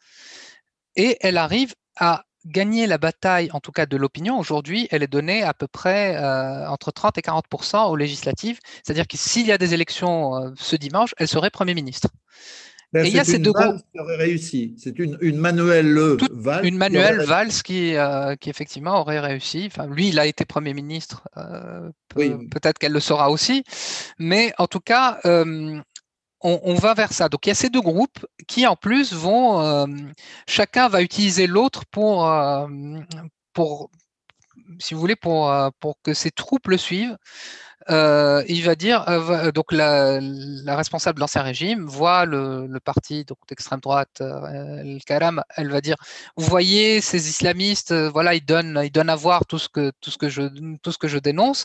Et elle arrive à gagner la bataille, en tout cas de l'opinion. Aujourd'hui, elle est donnée à peu près euh, entre trente et quarante pour cent aux législatives. C'est-à-dire que s'il y a des élections euh, ce dimanche, elle serait Premier ministre. Ben, et il y a ces deux groupes qui aurait réussi. C'est une, une Manuel Valls. Une Manuel Valls qui, euh, qui effectivement aurait réussi. Enfin, lui, il a été Premier ministre. Euh, peut, oui. Peut-être qu'elle le sera aussi. Mais en tout cas, euh, On, on va vers ça. Donc, il y a ces deux groupes qui, en plus, vont... Euh, chacun va utiliser l'autre pour, euh, pour, si vous voulez, pour, pour que ses troupes le suivent. Euh, il va dire, euh, donc la, la responsable de l'ancien régime voit le, le parti d'extrême droite, euh, le Karam, elle va dire, vous voyez ces islamistes, euh, voilà, ils donnent, ils donnent à voir tout ce que, tout ce que je, tout ce que je dénonce.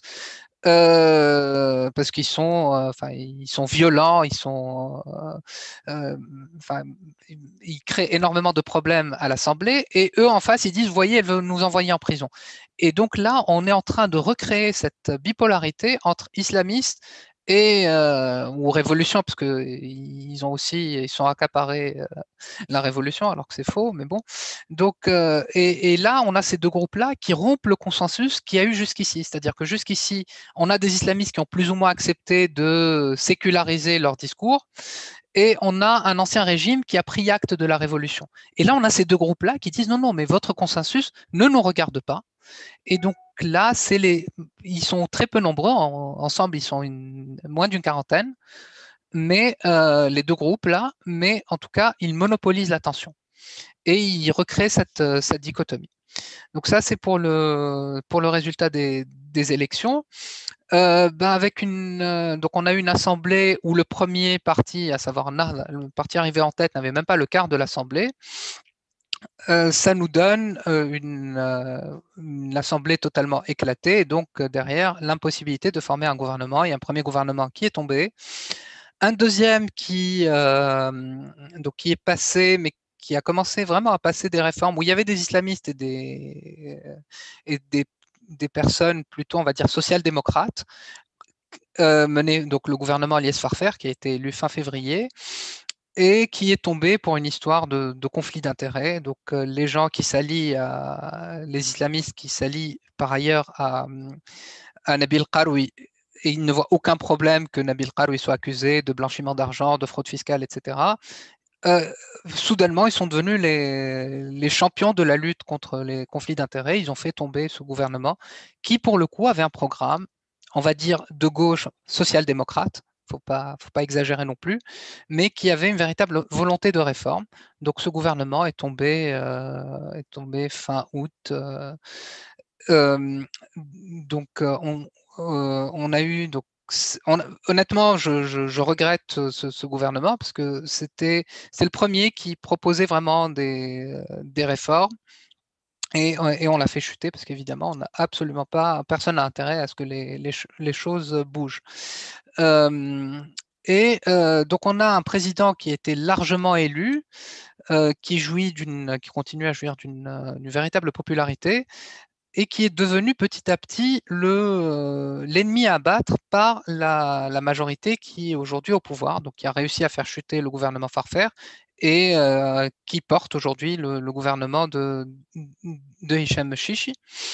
Euh, parce qu'ils sont, euh, enfin, ils sont violents, ils sont, euh, enfin, euh, ils créent énormément de problèmes à l'Assemblée, et eux en face, ils disent, vous voyez, elle veut nous envoyer en prison. Et donc là, on est en train de recréer cette bipolarité entre islamistes et euh, ou révolution, parce que ils ont aussi, ils sont accaparés euh, la révolution, alors que c'est faux, mais bon. Donc, euh, et, et là, on a ces deux groupes-là qui rompent le consensus qu'il y a eu jusqu'ici. C'est-à-dire que jusqu'ici, on a des islamistes qui ont plus ou moins accepté de séculariser leur discours, et on a un ancien régime qui a pris acte de la révolution. Et là, on a ces deux groupes-là qui disent non, non, mais votre consensus ne nous regarde pas. Et donc là, c'est les, ils sont très peu nombreux, en, ensemble, ils sont une, moins d'une quarantaine, mais euh, les deux groupes là, mais en tout cas, ils monopolisent l'attention et ils recréent cette, cette dichotomie. Donc ça, c'est pour le, pour le résultat des, des élections. Euh, ben avec une, euh, donc on a eu une assemblée où le premier parti, à savoir le parti arrivé en tête, n'avait même pas le quart de l'assemblée. Euh, ça nous donne euh, une, euh, une assemblée totalement éclatée et donc euh, derrière l'impossibilité de former un gouvernement. Il y a un premier gouvernement qui est tombé, un deuxième qui, euh, donc qui est passé, mais qui a commencé vraiment à passer des réformes où il y avait des islamistes et des, et des, des personnes plutôt, on va dire, social-démocrates, euh, mené donc le gouvernement Aliès Farfer, qui a été élu fin février, et qui est tombé pour une histoire de, de conflit d'intérêts. Donc euh, les gens qui s'allient, à, les islamistes qui s'allient par ailleurs à, à Nabil Karoui, et ils ne voient aucun problème que Nabil Karoui soit accusé de blanchiment d'argent, de fraude fiscale, et cetera. Euh, soudainement, ils sont devenus les, les champions de la lutte contre les conflits d'intérêts. Ils ont fait tomber ce gouvernement qui, pour le coup, avait un programme, on va dire, de gauche social-démocrate. Faut pas, faut pas exagérer non plus, mais qui avait une véritable volonté de réforme. Donc, ce gouvernement est tombé, euh, est tombé fin août. Euh, euh, donc, euh, on, euh, on a eu donc on, honnêtement, je, je, je regrette ce, ce, gouvernement parce que c'était c'est le premier qui proposait vraiment des, des réformes et, et on l'a fait chuter parce qu'évidemment, on n'a absolument pas, personne n'a intérêt à ce que les, les, les choses bougent. Euh, et euh, donc, on a un président qui était largement élu, euh, qui jouit d'une, qui continue à jouir d'une véritable popularité, et qui est devenu petit à petit le, l'ennemi à abattre par la, la majorité qui est aujourd'hui au pouvoir, donc qui a réussi à faire chuter le gouvernement Farfer et euh, qui porte aujourd'hui le, le gouvernement de, de Hicham Chichi.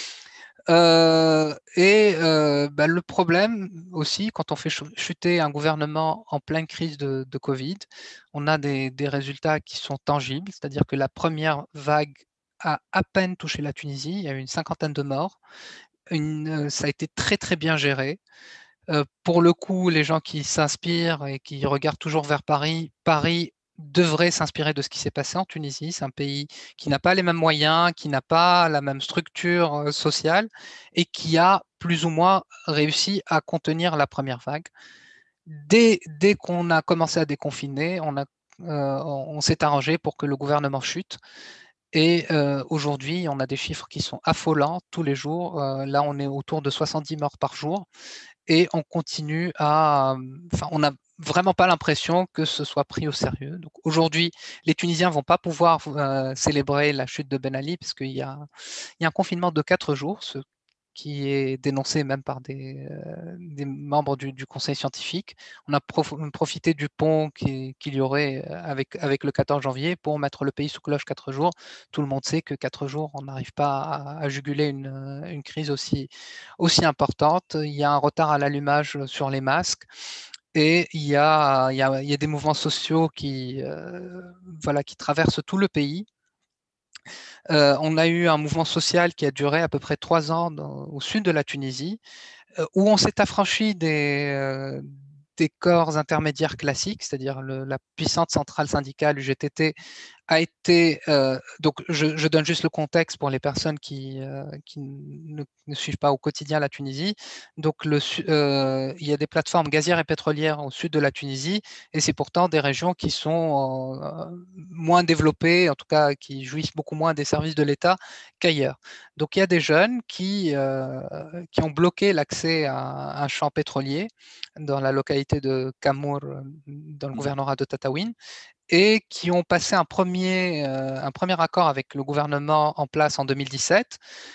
Euh, et euh, bah, le problème aussi, quand on fait chuter un gouvernement en pleine crise de, de Covid, on a des, des résultats qui sont tangibles, c'est-à-dire que la première vague a à peine touché la Tunisie, il y a eu une cinquantaine de morts, une, euh, ça a été très très bien géré. Euh, pour le coup, les gens qui s'inspirent et qui regardent toujours vers Paris, Paris devrait s'inspirer de ce qui s'est passé en Tunisie. C'est un pays qui n'a pas les mêmes moyens, qui n'a pas la même structure euh, sociale et qui a plus ou moins réussi à contenir la première vague. Dès, dès qu'on a commencé à déconfiner, on, a, euh, on s'est arrangé pour que le gouvernement chute. Et euh, aujourd'hui, on a des chiffres qui sont affolants tous les jours. Euh, là, on est autour de soixante-dix morts par jour et on continue à, enfin, on n'a vraiment pas l'impression que ce soit pris au sérieux. Donc aujourd'hui, les Tunisiens vont pas pouvoir euh, célébrer la chute de Ben Ali parce qu'il y a, il y a un confinement de quatre jours, ce qui est dénoncé même par des, euh, des membres du, du, conseil scientifique. On a prof, profité du pont qu'il qui y aurait avec, avec le quatorze janvier pour mettre le pays sous cloche quatre jours. Tout le monde sait que quatre jours, on n'arrive pas à, à juguler une, une crise aussi, aussi importante. Il y a un retard à l'allumage sur les masques. Et il y, a, il, y a, il y a des mouvements sociaux qui, euh, voilà, qui traversent tout le pays. Euh, on a eu un mouvement social qui a duré à peu près trois ans dans, au sud de la Tunisie, euh, où on s'est affranchi des, euh, des corps intermédiaires classiques, c'est-à-dire la puissante centrale syndicale U G T T a été, euh, donc je, je, donne juste le contexte pour les personnes qui, euh, qui ne, ne suivent pas au quotidien la Tunisie. Donc le, euh, il y a des plateformes gazières et pétrolières au sud de la Tunisie, et c'est pourtant des régions qui sont euh, moins développées, en tout cas qui jouissent beaucoup moins des services de l'État qu'ailleurs. Donc il y a des jeunes qui, euh, qui ont bloqué l'accès à un champ pétrolier dans la localité de Kamour, dans le gouvernorat de Tataouine, et qui ont passé un premier, euh, un premier accord avec le gouvernement en place en deux mille dix-sept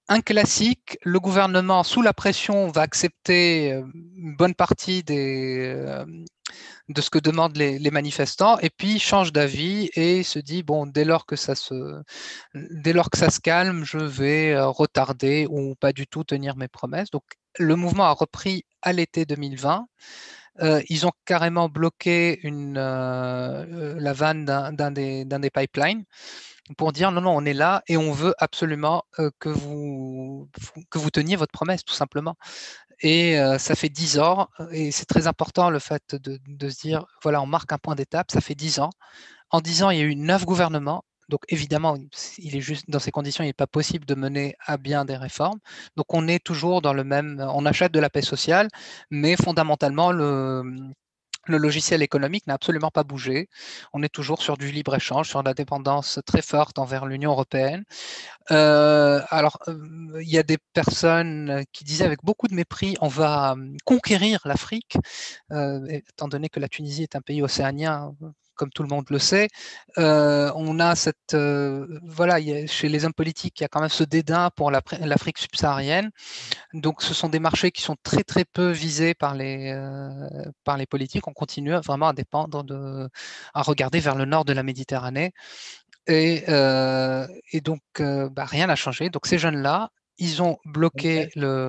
un classique, le gouvernement, sous la pression, va accepter une bonne partie des, euh, de ce que demandent les, les manifestants, et puis change d'avis et se dit, bon, dès lors que ça se, dès lors que ça se calme, je vais retarder ou pas du tout tenir mes promesses. Donc, le mouvement a repris à l'été deux mille vingt. Euh, ils ont carrément bloqué une, euh, la vanne d'un des, des pipelines pour dire non, non, on est là et on veut absolument euh, que, vous, que vous teniez votre promesse, tout simplement. Et euh, ça fait dix ans, et c'est très important le fait de, de se dire, voilà, on marque un point d'étape, ça fait dix ans. En dix ans, il y a eu neuf gouvernements. Donc évidemment, il est juste, dans ces conditions, il n'est pas possible de mener à bien des réformes. Donc on est toujours dans le même, on achète de la paix sociale, mais fondamentalement, le, le logiciel économique n'a absolument pas bougé. On est toujours sur du libre-échange, sur la dépendance très forte envers l'Union européenne. Euh, alors, euh, il y a des personnes qui disaient avec beaucoup de mépris, on va conquérir l'Afrique, euh, étant donné que la Tunisie est un pays océanien, comme tout le monde le sait. Euh, on a cette, euh, voilà, il y a, chez les hommes politiques, il y a quand même ce dédain pour l'Afrique subsaharienne. Donc, ce sont des marchés qui sont très très peu visés par les euh, par les politiques. On continue vraiment à dépendre de, à regarder vers le nord de la Méditerranée. Et, euh, et donc, euh, bah, rien n'a changé. Donc, ces jeunes-là, ils ont bloqué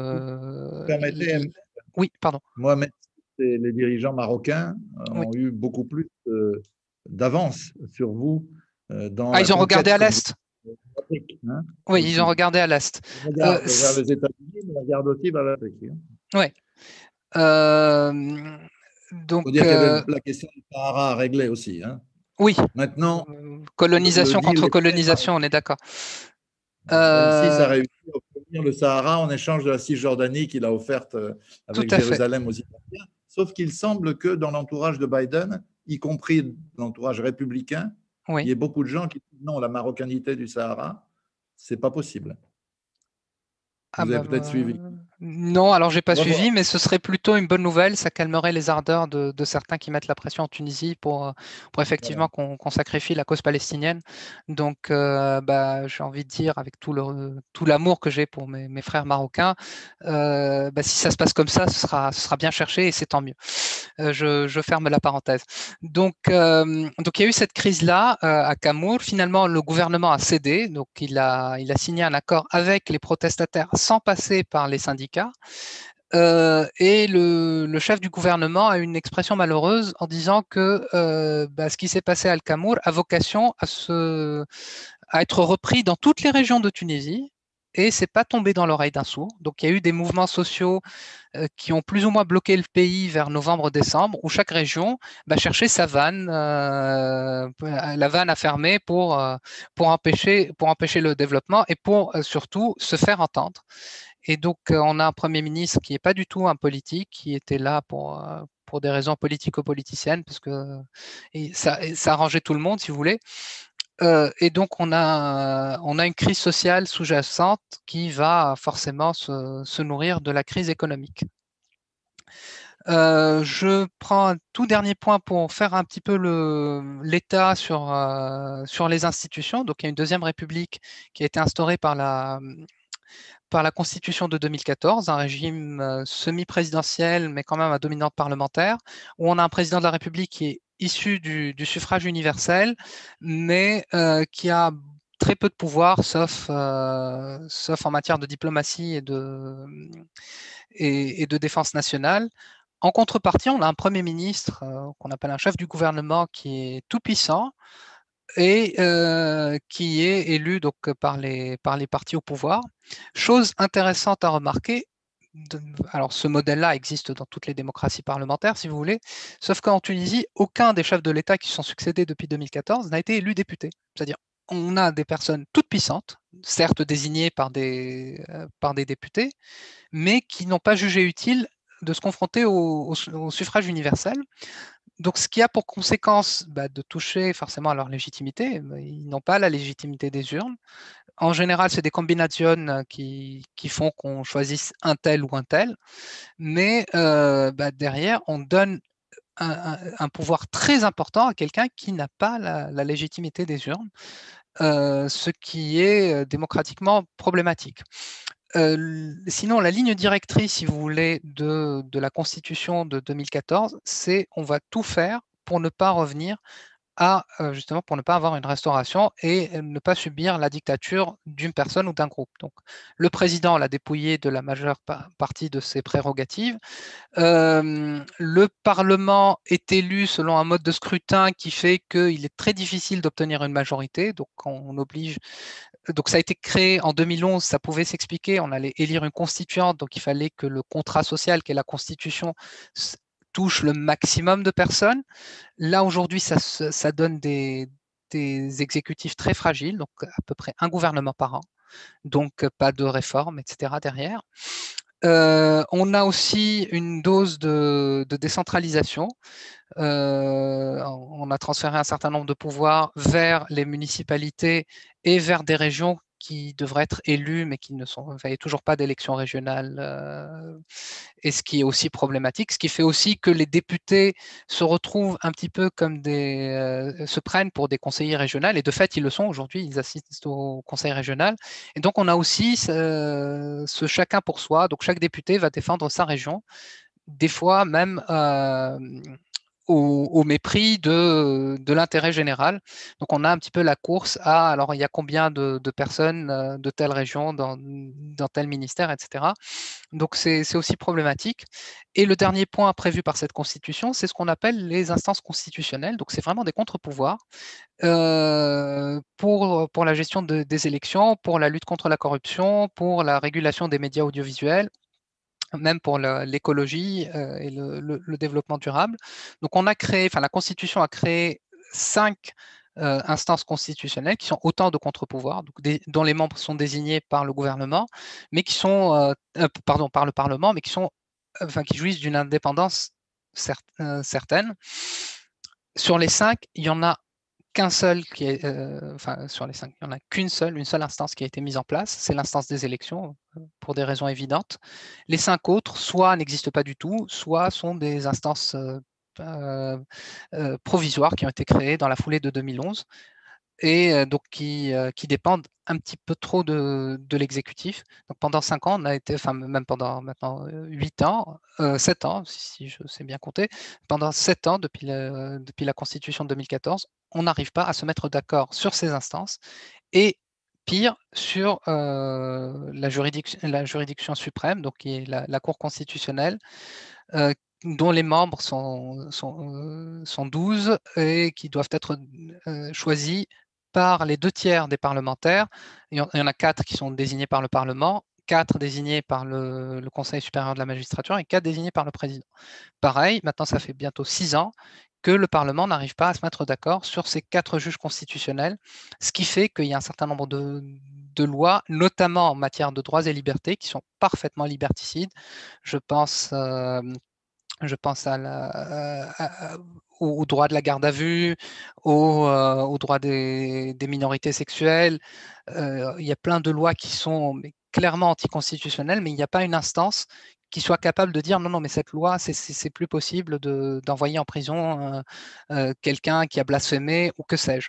le. Permettez, oui, pardon. Mohamed, les dirigeants marocains Oui. ont eu beaucoup plus d'avance sur vous dans ah, la ils ont regardé à l'est. Hein, oui, aussi. ils ont regardé à l'est. Ils regardent euh, vers les États-Unis, mais ils regardent aussi vers l'Afrique. Hein. Oui. Euh, donc, il faut dire qu'il y avait la question du Sahara à régler aussi. Hein. Oui. Maintenant, colonisation contre colonisation, on est d'accord. Même euh... si ça réussit à obtenir le Sahara en échange de la Cisjordanie qu'il a offerte avec Jérusalem aux Israéliens. Sauf qu'il semble que dans l'entourage de Biden, y compris l'entourage républicain, oui. il y ait beaucoup de gens qui disent non, la marocanité du Sahara, c'est pas possible. Vous ah avez bah peut-être euh... suivi. Non, alors j'ai pas suivi, mais ce serait plutôt une bonne nouvelle. Ça calmerait les ardeurs de, de certains qui mettent la pression en Tunisie pour, pour effectivement voilà. qu'on qu'on sacrifie la cause palestinienne. Donc, euh, bah, j'ai envie de dire, avec tout le tout l'amour que j'ai pour mes, mes frères marocains, euh, bah, si ça se passe comme ça, ce sera, ce sera bien cherché et c'est tant mieux. Euh, je, je ferme la parenthèse. Donc, euh, donc il y a eu cette crise-là euh, à Kamour. Finalement, le gouvernement a cédé. Donc, il a, il a signé un accord avec les protestataires sans passer par les syndicats. Euh, et le, le chef du gouvernement a une expression malheureuse en disant que euh, bah, ce qui s'est passé à Al-Kamour a vocation à, se, à être repris dans toutes les régions de Tunisie. Et c'est pas tombé dans l'oreille d'un sourd. Donc, il y a eu des mouvements sociaux euh, qui ont plus ou moins bloqué le pays vers novembre-décembre, où chaque région bah, cherchait sa vanne, euh, la vanne à fermer pour, euh, pour, empêcher, pour empêcher le développement et pour euh, surtout se faire entendre. Et donc, euh, on a un Premier ministre qui n'est pas du tout un politique, qui était là pour, euh, pour des raisons politico-politiciennes, parce que et ça, ça arrangeait tout le monde, si vous voulez. Euh, et donc, on a, on a une crise sociale sous-jacente qui va forcément se, se nourrir de la crise économique. Euh, je prends un tout dernier point pour faire un petit peu l'état sur, euh, sur les institutions. Donc, il y a une deuxième république qui a été instaurée par la, par la Constitution de deux mille quatorze, un régime euh, semi-présidentiel, mais quand même à dominante parlementaire, où on a un président de la République qui est issu du, du suffrage universel, mais euh, qui a très peu de pouvoir, sauf, euh, sauf en matière de diplomatie et de, et, et de défense nationale. En contrepartie, on a un Premier ministre, euh, qu'on appelle un chef du gouvernement, qui est tout puissant et euh, qui est élu donc, par, les, par les partis au pouvoir. Chose intéressante à remarquer, de, alors ce modèle-là existe dans toutes les démocraties parlementaires, si vous voulez, sauf qu'en Tunisie, aucun des chefs de l'État qui se sont succédés depuis deux mille quatorze n'a été élu député. C'est-à-dire, on a des personnes toutes puissantes, certes désignées par des, euh, par des députés, mais qui n'ont pas jugé utile de se confronter au, au, au suffrage universel. Donc, ce qui a pour conséquence bah, de toucher forcément à leur légitimité. Ils n'ont pas la légitimité des urnes. En général, c'est des combinations qui, qui font qu'on choisisse un tel ou un tel. Mais euh, bah, derrière, on donne un, un, un pouvoir très important à quelqu'un qui n'a pas la, la légitimité des urnes. euh, ce qui est démocratiquement problématique. Euh, sinon, la ligne directrice, si vous voulez, de, de la Constitution de deux mille quatorze, c'est on va tout faire pour ne pas revenir à, euh, justement, pour ne pas avoir une restauration et ne pas subir la dictature d'une personne ou d'un groupe. Donc, le président l'a dépouillé de la majeure pa- partie de ses prérogatives. Euh, le Parlement est élu selon un mode de scrutin qui fait qu'il est très difficile d'obtenir une majorité. Donc, on oblige donc ça a été créé en deux mille onze, ça pouvait s'expliquer, on allait élire une constituante, donc il fallait que le contrat social, qui est la constitution, touche le maximum de personnes. Là, aujourd'hui, ça, ça donne des, des exécutifs très fragiles, donc à peu près un gouvernement par an, donc pas de réforme, et cetera derrière. Euh, on a aussi une dose de, de décentralisation. Euh, on a transféré un certain nombre de pouvoirs vers les municipalités et vers des régions qui devraient être élues, mais qui ne sont, enfin, il n'y a toujours pas d'élection régionale, euh, et ce qui est aussi problématique, ce qui fait aussi que les députés se retrouvent un petit peu comme des, euh, se prennent pour des conseillers régionaux, et de fait, ils le sont aujourd'hui, ils assistent au conseil régional, et donc on a aussi ce, ce chacun pour soi, donc chaque député va défendre sa région, des fois même euh, au, au mépris de, de l'intérêt général. Donc on a un petit peu la course à, alors il y a combien de, de personnes euh, de telle région dans, dans tel ministère, et cetera. Donc c'est c'est aussi problématique. Et le dernier point prévu par cette constitution, c'est ce qu'on appelle les instances constitutionnelles. Donc c'est vraiment des contre-pouvoirs euh, pour, pour la gestion de- des élections, pour la lutte contre la corruption, pour la régulation des médias audiovisuels, même pour le- l'écologie euh, et le, le- le développement durable. Donc, on a créé, enfin, la Constitution a créé cinq euh, instances constitutionnelles qui sont autant de contre-pouvoirs, donc des- dont les membres sont désignés par le gouvernement, mais qui sont, euh, euh, pardon, par le Parlement, mais qui sont, enfin, qui jouissent d'une indépendance cer- euh, certaine. Sur les cinq, il y en a qu'un seul qui est, euh, enfin, sur les cinq, il n'y en a qu'une seule, une seule instance qui a été mise en place, c'est l'instance des élections, euh, pour des raisons évidentes. Les cinq autres, soit n'existent pas du tout, soit sont des instances euh, euh, euh, provisoires qui ont été créées dans la foulée de deux mille onze et euh, donc qui, euh, qui dépendent un petit peu trop de, de l'exécutif. Donc pendant cinq ans, on a été, enfin même pendant maintenant euh, huit ans, euh, sept ans, si, si je sais bien compter, pendant sept ans depuis, le- depuis la Constitution de deux mille quatorze, on n'arrive pas à se mettre d'accord sur ces instances et pire, sur euh, la, juridiction, la juridiction suprême, donc qui est la, la Cour constitutionnelle, euh, dont les membres sont, sont, euh, sont douze et qui doivent être euh, choisis par les deux tiers des parlementaires. Il y en, il y en a quatre qui sont désignés par le Parlement, quatre désignés par le, le Conseil supérieur de la magistrature et quatre désignés par le président. Pareil, maintenant ça fait bientôt six ans que le Parlement n'arrive pas à se mettre d'accord sur ces quatre juges constitutionnels, ce qui fait qu'il y a un certain nombre de, de lois, notamment en matière de droits et libertés, qui sont parfaitement liberticides. Je pense euh, je pense à la, à- à- au, au droit de la garde à vue, au, euh, au droit des, des minorités sexuelles. Euh, il y a plein de lois qui sont mais, clairement anticonstitutionnelles, mais il n'y a pas une instance qui soit capable de dire non, non, mais cette loi, c'est c'est- c'est plus possible de- d'envoyer en prison euh, euh, quelqu'un qui a blasphémé ou que sais-je.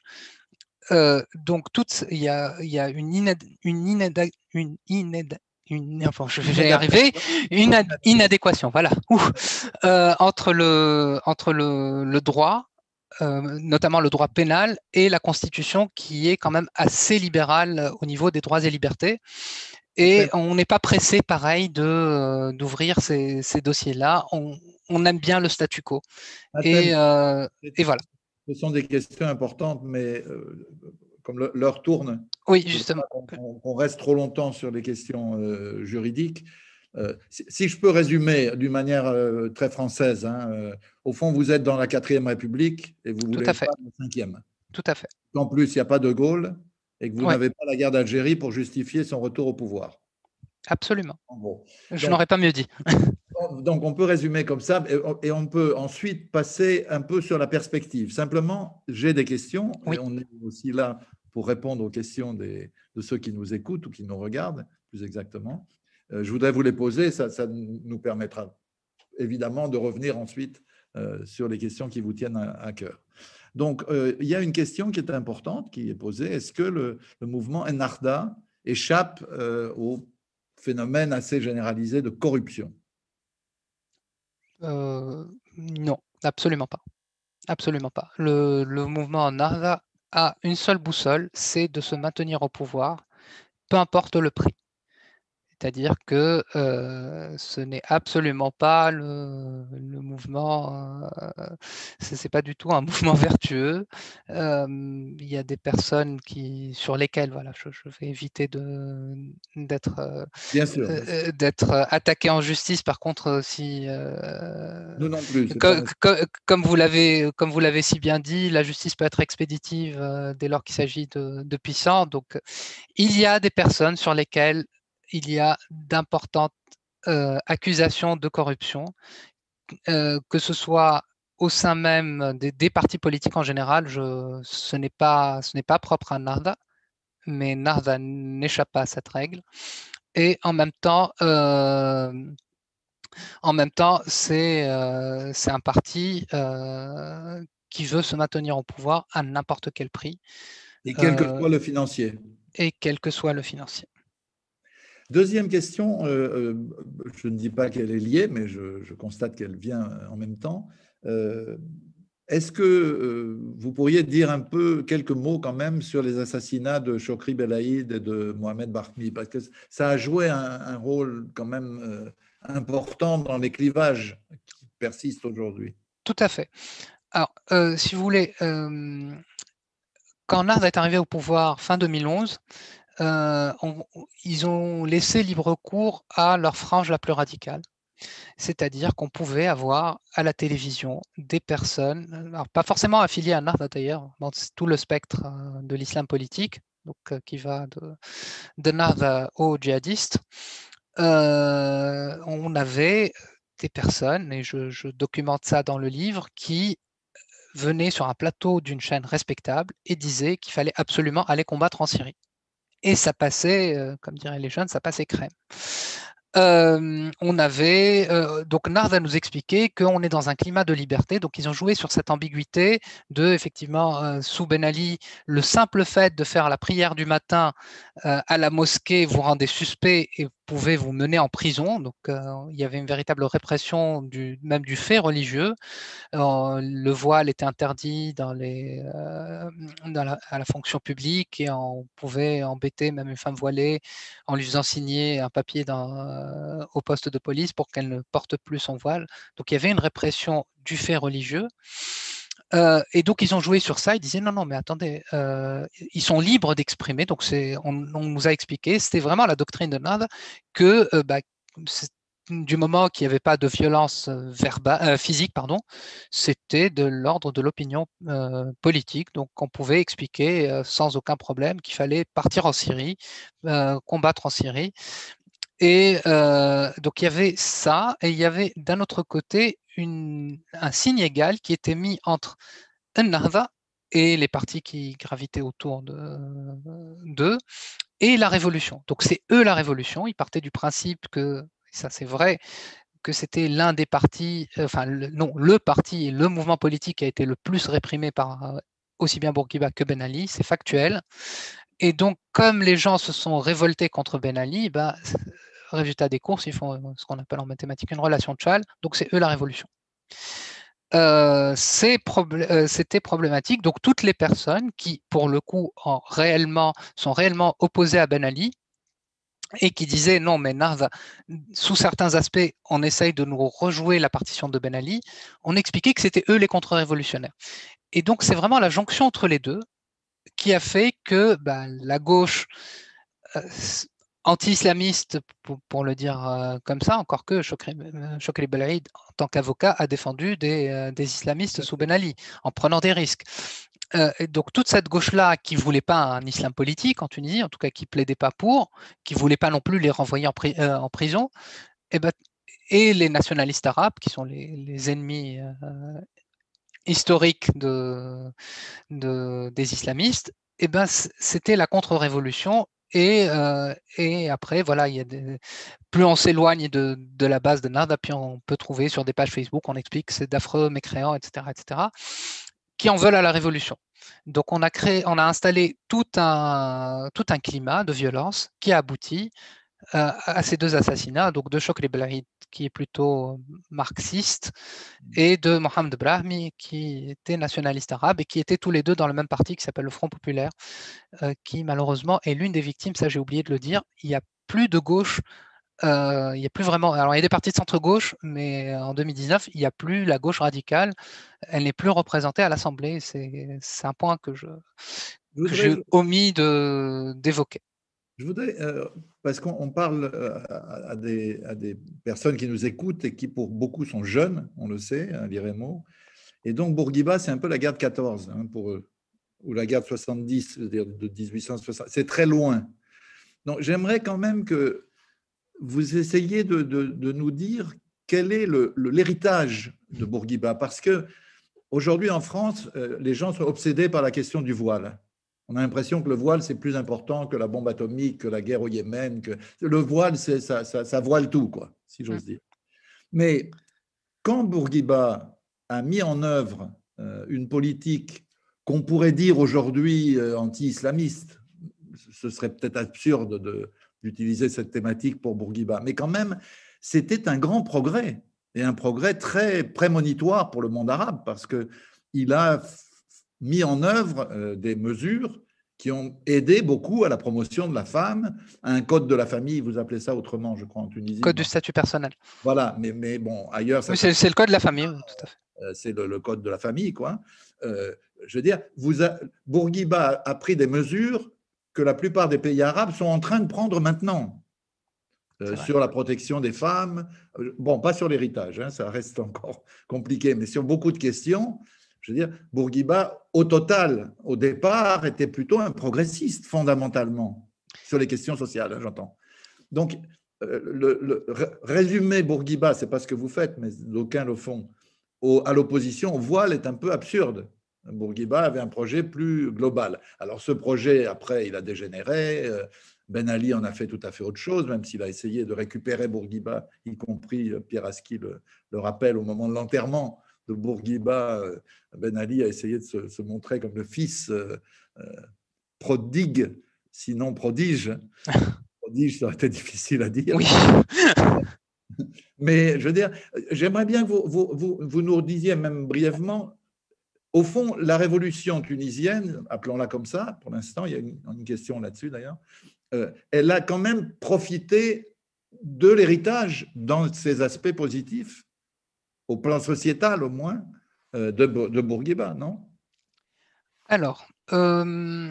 Euh, donc, toute, il y a, il y a une, inéd, une, inéd, une, inéd, une, enfin, je vais y arriver, une ad, inadéquation, voilà, Ouh, euh, entre le, entre le, le droit, euh, notamment le droit pénal, et la Constitution qui est quand même assez libérale au niveau des droits et libertés. Et on n'est pas pressé, pareil, de, d'ouvrir ces, ces dossiers-là. On, on aime bien le statu quo. Et, euh, et voilà. Ce sont des questions importantes, mais euh, comme l'heure tourne, oui, justement. On, on reste trop longtemps sur les questions euh, juridiques. Euh, si, si je peux résumer d'une manière euh, très française, hein, euh, au fond, vous êtes dans la quatrième République et vous voulez pas la cinquième. Tout à fait. En plus, il n'y a pas de Gaulle et que vous ouais. n'avez pas la guerre d'Algérie pour justifier son retour au pouvoir. Absolument. Bon. Je n'aurais pas mieux dit. Donc, on peut résumer comme ça et on peut ensuite passer un peu sur la perspective. Simplement, j'ai des questions oui. et on est aussi là pour répondre aux questions des, de ceux qui nous écoutent ou qui nous regardent, plus exactement. Euh, je voudrais vous les poser, ça, ça nous permettra évidemment de revenir ensuite euh, sur les questions qui vous tiennent à, à cœur. Donc, euh, il y a une question qui est importante, qui est posée. Est-ce que le, le mouvement Ennahda échappe euh, au phénomène assez généralisé de corruption? Euh, non, absolument pas. Absolument pas. Le, le mouvement Ennahda a une seule boussole, c'est de se maintenir au pouvoir, peu importe le prix. C'est-à-dire que euh, ce n'est absolument pas le, le mouvement, euh, ce n'est pas du tout un mouvement vertueux. Euh, il y a des personnes qui, sur lesquelles voilà, je, je vais éviter d'être euh, Bien sûr. euh, d'être attaqué en justice. Par contre, si euh, nous non plus. Co co comme vous l'avez comme vous l'avez si bien dit, la justice peut être expéditive euh, dès lors qu'il s'agit de, de puissants. Donc, il y a des personnes sur lesquelles il y a d'importantes euh, accusations de corruption, euh, que ce soit au sein même des, des partis politiques en général. Je, ce n'est pas, ce n'est pas propre à Ennahda, mais Ennahda n'échappe pas à cette règle. Et en même temps, euh, en même temps, c'est euh, c'est un parti euh, qui veut se maintenir au pouvoir à n'importe quel prix. Et quel que soit le financier. Et quel que soit le financier. Deuxième question, euh, euh, je ne dis pas qu'elle est liée, mais je, je constate qu'elle vient en même temps. Euh, Est-ce que euh, vous pourriez dire un peu quelques mots quand même sur les assassinats de Chokri Belaïd et de Mohamed Barkhmi? Parce que ça a joué un, un rôle quand même euh, important dans les clivages qui persistent aujourd'hui. Tout à fait. Alors, euh, si vous voulez, euh, quand Nard est arrivé au pouvoir fin deux mille onze, euh, on, ils ont laissé libre cours à leur frange la plus radicale. C'est-à-dire qu'on pouvait avoir à la télévision des personnes, alors pas forcément affiliées à Nard d'ailleurs, dans tout le spectre de l'islam politique, donc euh, qui va de, de Nard aux djihadistes. Euh, on avait des personnes, et je, je documente ça dans le livre, qui venaient sur un plateau d'une chaîne respectable et disaient qu'il fallait absolument aller combattre en Syrie. Et ça passait, euh, comme diraient les jeunes, ça passait crème. Euh, on avait euh, donc Nard a nous expliqué qu'on est dans un climat de liberté, donc ils ont joué sur cette ambiguïté de effectivement euh, sous Ben Ali, le simple fait de faire la prière du matin euh, à la mosquée vous rendait suspect et pouvait vous mener en prison. Donc euh, il y avait une véritable répression du même du fait religieux. Euh, le voile était interdit dans les, euh, dans la, à la fonction publique et on pouvait embêter même une femme voilée en lui faisant signer un papier dans, euh, au poste de police pour qu'elle ne porte plus son voile. Donc il y avait une répression du fait religieux. Euh, et donc ils ont joué sur ça, ils disaient non, non, mais attendez, euh, ils sont libres d'exprimer, donc c'est, on, on nous a expliqué, c'était vraiment la doctrine de Nard, que euh, bah, du moment qu'il n'y avait pas de violence verbale, euh, physique, pardon, c'était de l'ordre de l'opinion euh, politique. Donc, on pouvait expliquer euh, sans aucun problème qu'il fallait partir en Syrie, euh, combattre en Syrie. Et euh, donc, il y avait ça, et il y avait d'un autre côté une, un signe égal qui était mis entre Ennahda et les partis qui gravitaient autour d'eux, et la révolution. Donc, c'est eux la révolution. Ils partaient du principe que ça c'est vrai, que c'était l'un des partis, enfin le, non, le parti et le mouvement politique qui a été le plus réprimé par euh, aussi bien Bourguiba que Ben Ali, c'est factuel. Et donc, comme les gens se sont révoltés contre Ben Ali, bah, résultat des courses, ils font ce qu'on appelle en mathématiques une relation de Châle, donc c'est eux la révolution. Euh, c'était problématique. Donc, toutes les personnes qui, pour le coup, en réellement, sont réellement opposées à Ben Ali, et qui disait non, mais Nard, sous certains aspects, on essaye de nous rejouer la partition de Ben Ali, on expliquait que c'était eux les contre-révolutionnaires. Et donc, c'est vraiment la jonction entre les deux qui a fait que bah, la gauche euh, anti-islamiste, pour, pour, le dire euh, comme ça, encore que Chokri Belaïd, en tant qu'avocat, a défendu des, euh, des islamistes sous Ben Ali, en prenant des risques. Euh, donc toute cette gauche-là qui ne voulait pas un islam politique en Tunisie, en tout cas qui ne plaidait pas pour, qui ne voulait pas non plus les renvoyer en, pri euh, en prison, et, ben, et les nationalistes arabes, qui sont les, les ennemis euh, historiques de, de, des islamistes, et ben, c'était la contre-révolution. Et, euh, et après, voilà, il y a des... plus on s'éloigne de, de la base de Nard, puis on peut trouver sur des pages Facebook, on explique que c'est d'affreux mécréants, et cetera, et cetera. qui en veulent à la révolution. Donc on a créé, on a installé tout un, tout un climat de violence qui a abouti euh, à ces deux assassinats, donc de Chokri Belahid, qui est plutôt marxiste, et de Mohamed Brahmi, qui était nationaliste arabe, et qui étaient tous les deux dans le même parti qui s'appelle le Front Populaire, euh, qui malheureusement est l'une des victimes, ça j'ai oublié de le dire. Il n'y a plus de gauche, euh, il n'y a plus vraiment, alors il y a des partis de centre-gauche, mais en deux mille dix-neuf, il n'y a plus la gauche radicale, elle n'est plus représentée à l'Assemblée, c'est un point que je Je que j'ai voudrais, omis de d'évoquer. je voudrais euh, parce qu'on parle euh, à, à des, à des personnes qui nous écoutent et qui, pour beaucoup, sont jeunes, on le sait, hein, l'IREMO. Et donc, Bourguiba, c'est un peu la guerre de quatorze hein, pour eux, ou la guerre de soixante-dix, c'est-à-dire de dix-huit cent soixante. C'est très loin. Donc, j'aimerais quand même que vous essayiez de, de, de nous dire quel est l'héritage de Bourguiba, parce que aujourd'hui en France, euh, les gens sont obsédés par la question du voile. On a l'impression que le voile, c'est plus important que la bombe atomique, que la guerre au Yémen. Que... Le voile, ça, ça, ça voile tout, quoi, si j'ose dire. Mais quand Bourguiba a mis en œuvre euh, une politique qu'on pourrait dire aujourd'hui euh, anti-islamiste, ce serait peut-être absurde de, d'utiliser cette thématique pour Bourguiba, mais quand même, c'était un grand progrès, et un progrès très prémonitoire pour le monde arabe, parce qu'il a mis en œuvre euh, des mesures qui ont aidé beaucoup à la promotion de la femme, à un code de la famille, vous appelez ça autrement, je crois, en Tunisie. Code du statut personnel. Voilà, mais, mais bon, ailleurs... Oui, c'est le code de la famille, oui, tout à fait. C'est le, le code de la famille, quoi. Euh, je veux dire, vous a, Bourguiba a pris des mesures que la plupart des pays arabes sont en train de prendre maintenant. Euh, sur la protection des femmes, bon, pas sur l'héritage, hein, ça reste encore compliqué, mais sur beaucoup de questions, je veux dire, Bourguiba, au total, au départ, était plutôt un progressiste, fondamentalement, sur les questions sociales, hein, j'entends. Donc, euh, le, le, résumer Bourguiba, c'est pas ce que vous faites, mais d'aucuns le font, au, à l'opposition au voile est un peu absurde. Bourguiba avait un projet plus global. Alors, ce projet, après, il a dégénéré. Euh, Ben Ali en a fait tout à fait autre chose, même s'il a essayé de récupérer Bourguiba, y compris Pierre Aski le, le rappelle au moment de l'enterrement de Bourguiba. Ben Ali a essayé de se, se montrer comme le fils euh, prodigue, sinon prodige. Prodige, ça aurait été difficile à dire. Oui. Mais je veux dire, j'aimerais bien que vous, vous, vous, vous nous disiez même brièvement, au fond, la révolution tunisienne, appelons-la comme ça, pour l'instant, il y a une, une question là-dessus d'ailleurs, euh, elle a quand même profité de l'héritage dans ses aspects positifs, au plan sociétal au moins, euh, de, de Bourguiba, non? Alors, euh,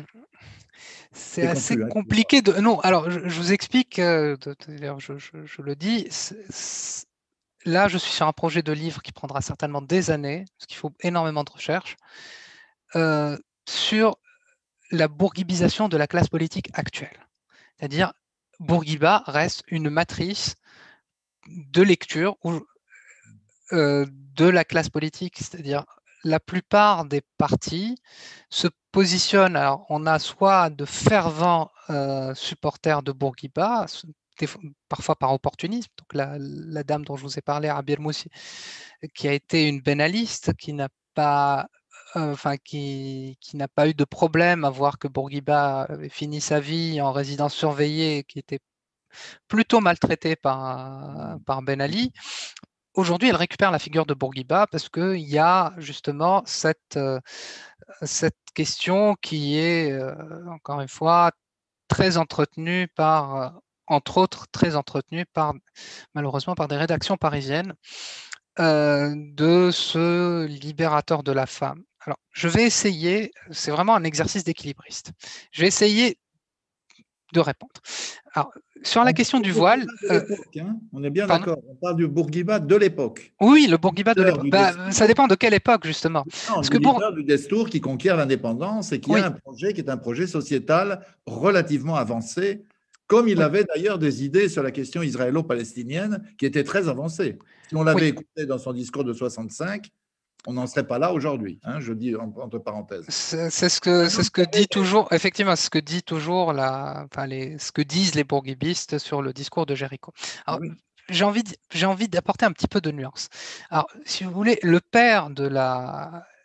c'est assez confus, hein, compliqué de... Non, alors, je, je vous explique, euh, je, je, je le dis, c est, c est... Là, je suis sur un projet de livre qui prendra certainement des années, parce qu'il faut énormément de recherche, euh, sur la bourguibisation de la classe politique actuelle. C'est-à-dire, Bourguiba reste une matrice de lecture où, euh, de la classe politique, c'est-à-dire la plupart des partis se positionnent, alors on a soit de fervents euh, supporters de Bourguiba, parfois par opportunisme, donc la, la dame dont je vous ai parlé, Abir Moussi, qui a été une bénaliste, qui n'a pas euh, enfin qui, qui n'a pas eu de problème à voir que Bourguiba avait fini sa vie en résidence surveillée, qui était plutôt maltraitée par, par Ben Ali. Aujourd'hui, elle récupère la figure de Bourguiba parce qu'il y a justement cette, euh, cette question qui est, euh, encore une fois, très entretenue par, euh, entre autres, très entretenue par, malheureusement, par des rédactions parisiennes, euh, de ce libérateur de la femme. Alors, je vais essayer, c'est vraiment un exercice d'équilibriste, je vais essayer de répondre. Alors, sur la question du voile... Euh, hein, on est bien d'accord, on parle du Bourguiba de l'époque. Oui, le Bourguiba de l'époque. Bah, ça dépend de quelle époque, justement. Non, Parce que Bourg... du Destour qui conquiert l'indépendance et qui oui. a un projet qui est un projet sociétal relativement avancé, comme il oui. avait d'ailleurs des idées sur la question israélo-palestinienne qui étaient très avancées. Si on l'avait oui. écouté dans son discours de soixante-cinq, on n'en serait pas là aujourd'hui, hein, je dis entre parenthèses. C'est ce que, c'est ce que dit toujours, effectivement, ce que dit toujours la, enfin les, ce que disent les bourguibistes sur le discours de Jéricho. Alors, oui. j'ai envie, j'ai envie d'apporter un petit peu de nuance. Alors, si vous voulez, le père de la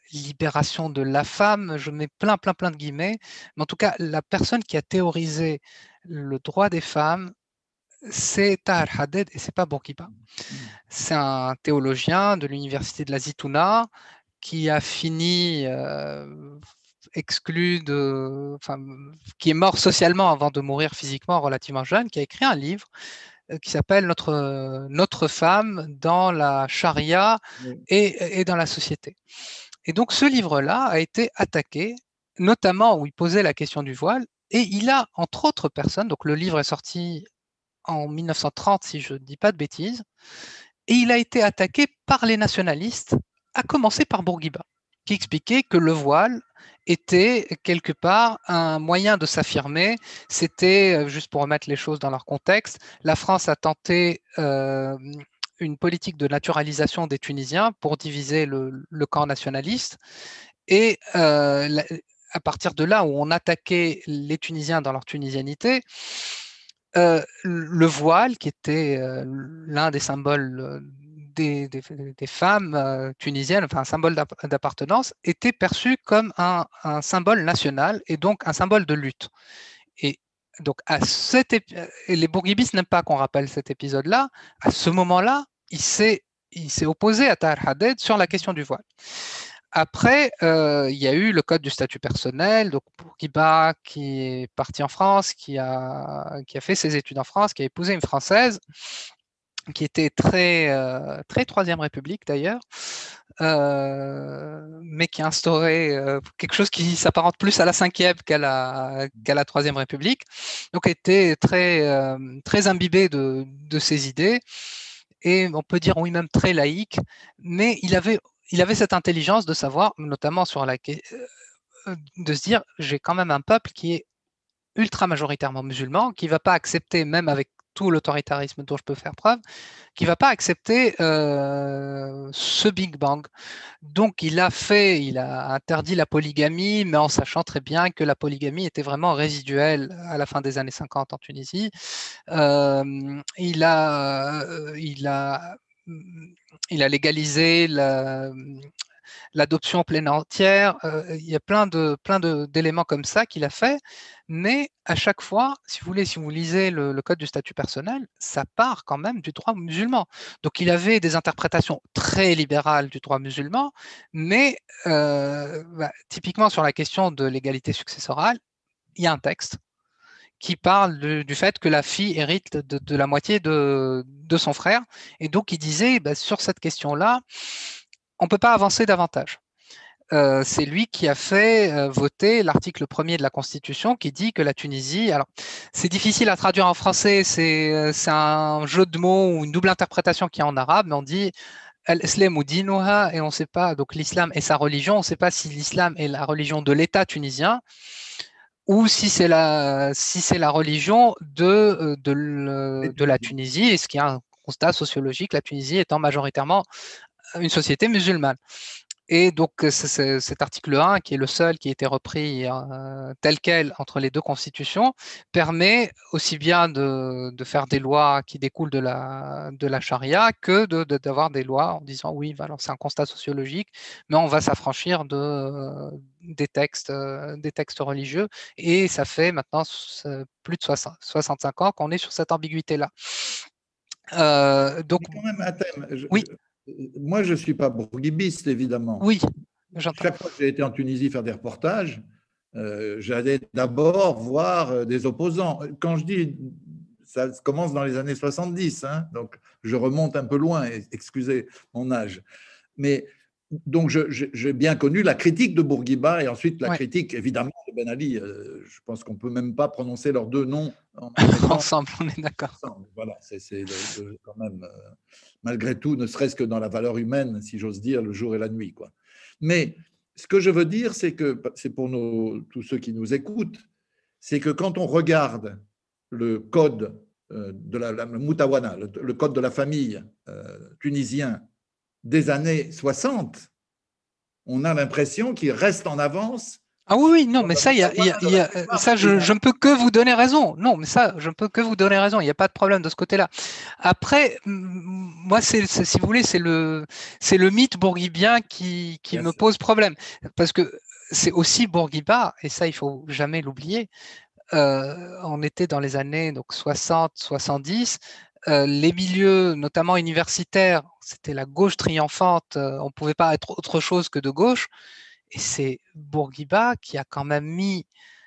libération de la femme, je mets plein, plein, plein de guillemets, mais en tout cas, la personne qui a théorisé le droit des femmes, c'est Tahar Haddad et c'est pas Bourguiba. C'est un théologien de l'université de la Zitouna qui a fini euh, exclu de, enfin, qui est mort socialement avant de mourir physiquement relativement jeune, qui a écrit un livre qui s'appelle Notre, Notre femme dans la charia et, et dans la société. Et donc ce livre-là a été attaqué, notamment où il posait la question du voile, et il a, entre autres personnes, donc le livre est sorti en mille neuf cent trente, si je ne dis pas de bêtises, et il a été attaqué par les nationalistes, à commencer par Bourguiba, qui expliquait que le voile était quelque part un moyen de s'affirmer. C'était, juste pour remettre les choses dans leur contexte, la France a tenté euh, une politique de naturalisation des Tunisiens pour diviser le, le camp nationaliste. Et euh, à partir de là où on attaquait les Tunisiens dans leur tunisianité, euh, le voile, qui était euh, l'un des symboles des, des, des femmes euh, tunisiennes, enfin un symbole d'appartenance, était perçu comme un, un symbole national et donc un symbole de lutte. Et donc, à cet et les bourguibistes n'aiment pas qu'on rappelle cet épisode-là. À ce moment-là, il s'est il s'est opposé à Tahar Haddad sur la question du voile. Après, euh, il y a eu le code du statut personnel, donc Bourguiba qui est parti en France, qui a, qui a fait ses études en France, qui a épousé une Française, qui était très, euh, très Troisième République d'ailleurs, euh, mais qui a instauré euh, quelque chose qui s'apparente plus à la Cinquième qu'à la, qu'à la Troisième République, donc était très, euh, très imbibé de, de ses idées, et on peut dire oui même très laïque, mais il avait, il avait cette intelligence de savoir, notamment sur la de se dire j'ai quand même un peuple qui est ultra majoritairement musulman, qui ne va pas accepter, même avec tout l'autoritarisme dont je peux faire preuve, qui ne va pas accepter euh, ce Big Bang. Donc il a fait, il a interdit la polygamie, mais en sachant très bien que la polygamie était vraiment résiduelle à la fin des années cinquante en Tunisie. Euh, il a, il a, il a légalisé la, l'adoption pleine et entière. Euh, il y a plein de plein de, d'éléments comme ça qu'il a fait, mais à chaque fois, si vous voulez, si vous lisez le, le code du statut personnel, ça part quand même du droit musulman. Donc il avait des interprétations très libérales du droit musulman, mais euh, bah, typiquement sur la question de l'égalité successorale, il y a un texte qui parle de, du fait que la fille hérite de, de la moitié de, de, son frère. Et donc, il disait, bah, sur cette question-là, on ne peut pas avancer davantage. Euh, c'est lui qui a fait euh, voter l'article premier de la Constitution qui dit que la Tunisie, alors c'est difficile à traduire en français, c'est, euh, c'est un jeu de mots ou une double interprétation qui est en arabe, mais on dit al-Islam ou dinuha, et on ne sait pas, donc l'islam est sa religion, on ne sait pas si l'islam est la religion de l'État tunisien ou si c'est la, si c'est la religion de, de, de la Tunisie, et ce qui est un constat sociologique, la Tunisie étant majoritairement une société musulmane. Et donc, c'est cet article un, qui est le seul qui a été repris euh, tel quel entre les deux constitutions, permet aussi bien de, de faire des lois qui découlent de la, de la charia que de, de, d'avoir des lois en disant oui, alors c'est un constat sociologique, mais on va s'affranchir de, euh, des, textes, euh, des textes religieux. Et ça fait maintenant plus de soixante, soixante-cinq ans qu'on est sur cette ambiguïté-là. Euh, donc, mais quand même, à thème, je, oui. je, moi, je ne suis pas bourguibiste, évidemment. Oui, j'entends. Chaque fois que j'ai été en Tunisie faire des reportages, euh, j'allais d'abord voir des opposants. Quand je dis, ça commence dans les années soixante-dix, hein, donc je remonte un peu loin, excusez mon âge. Mais donc, j'ai bien connu la critique de Bourguiba et ensuite la ouais. critique, évidemment, de Ben Ali. Euh, je pense qu'on ne peut même pas prononcer leurs deux noms en ensemble, on est d'accord. Voilà, c'est quand même, euh, malgré tout, ne serait-ce que dans la valeur humaine, si j'ose dire, le jour et la nuit, quoi. Mais ce que je veux dire, c'est que, c'est pour nos, tous ceux qui nous écoutent, c'est que quand on regarde le code euh, de la, la Moutawana, le, le code de la famille euh, tunisien des années soixante, on a l'impression qu'il reste en avance Ah oui, oui, non, mais ça, y a, y a, y a, ça je, je ne peux que vous donner raison. Non, mais ça, je ne peux que vous donner raison. Il n'y a pas de problème de ce côté-là. Après, moi, c'est, si vous voulez, c'est le, c'est le mythe bourguibien qui, qui me pose problème. Parce que c'est aussi Bourguiba, et ça, il faut jamais l'oublier. Euh, on était dans les années donc soixante, soixante-dix. Euh, les milieux, notamment universitaires, c'était la gauche triomphante. Euh, on ne pouvait pas être autre chose que de gauche. Et c'est Bourguiba qui a quand même mis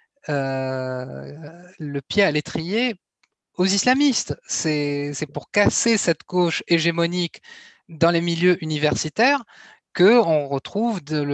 euh, le pied à l'étrier aux islamistes. C'est pour casser cette gauche hégémonique dans les milieux universitaires qu'on retrouve de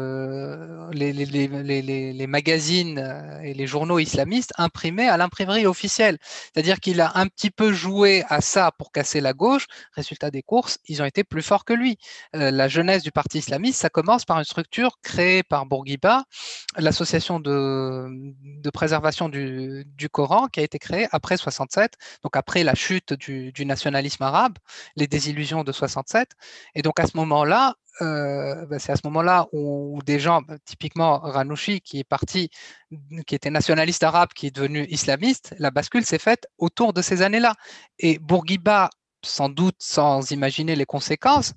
le, les, les, les, les, les magazines et les journaux islamistes imprimés à l'imprimerie officielle. C'est-à-dire qu'il a un petit peu joué à ça pour casser la gauche. Résultat des courses, ils ont été plus forts que lui. Euh, la jeunesse du parti islamiste, ça commence par une structure créée par Bourguiba, l'association de, de préservation du, du Coran, qui a été créée après soixante-sept, donc après la chute du, du nationalisme arabe, les désillusions de soixante-sept. Et donc à ce moment-là, Euh, ben c'est à ce moment-là où, où des gens, typiquement Ranouchi, qui est parti, qui était nationaliste arabe, qui est devenu islamiste, la bascule s'est faite autour de ces années-là. Et Bourguiba, sans doute sans imaginer les conséquences,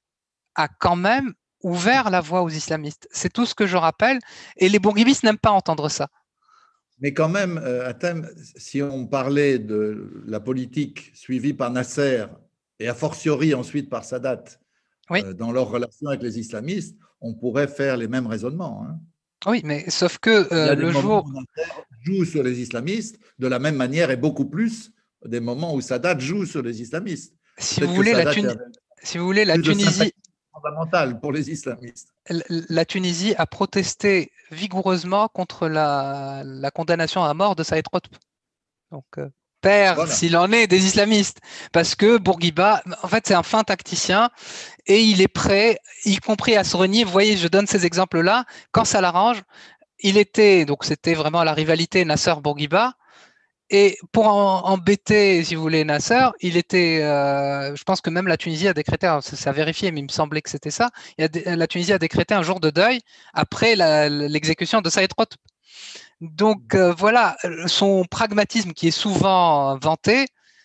a quand même ouvert la voie aux islamistes. C'est tout ce que je rappelle. Et les bourguibistes n'aiment pas entendre ça. Mais quand même, Hatem, si on parlait de la politique suivie par Nasser et a fortiori ensuite par Sadat, oui. dans leur relation avec les islamistes, on pourrait faire les mêmes raisonnements. Hein. Oui, mais sauf que euh, il y a des le moments jour où Nasser joue sur les islamistes de la même manière et beaucoup plus des moments où Sadat joue sur les islamistes. Si vous, voulez, la Tuni... si vous voulez, la Tunisie fondamentale pour les islamistes. La Tunisie a protesté vigoureusement contre la, la condamnation à mort de Saïd Qutb. Donc, euh, père, voilà. S'il en est, des islamistes. Parce que Bourguiba, en fait, c'est un fin tacticien et il est prêt, y compris à se renier. Vous voyez, je donne ces exemples-là. Quand ça l'arrange, il était, donc c'était vraiment la rivalité Nasser-Bourguiba. Et pour en, embêter, si vous voulez, Nasser, il était, euh, je pense que même la Tunisie a décrété, ça a vérifié, mais il me semblait que c'était ça, il y a, la Tunisie a décrété un jour de deuil après l'exécution de Saïd Qutb. Donc euh, voilà, son pragmatisme qui est souvent vanté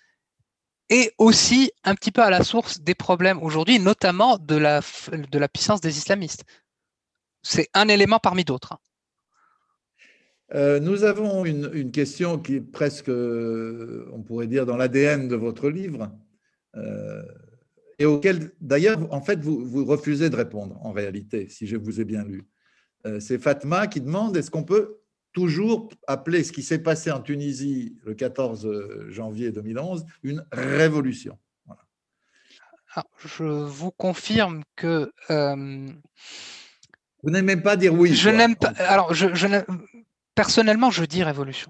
est aussi un petit peu à la source des problèmes aujourd'hui, notamment de la, de la puissance des islamistes. C'est un élément parmi d'autres. Euh, nous avons une, une, question qui est presque, on pourrait dire, dans l'A D N de votre livre, euh, et auquel, d'ailleurs, en fait, vous, vous refusez de répondre, en réalité, si je vous ai bien lu. Euh, C'est Fatma qui demande, est-ce qu'on peut toujours appeler ce qui s'est passé en Tunisie le quatorze janvier deux mille onze une révolution? Voilà. Alors, je vous confirme que... Euh, vous n'aimez pas dire oui. Je n'aime pas... Alors, je, je personnellement, je dis révolution.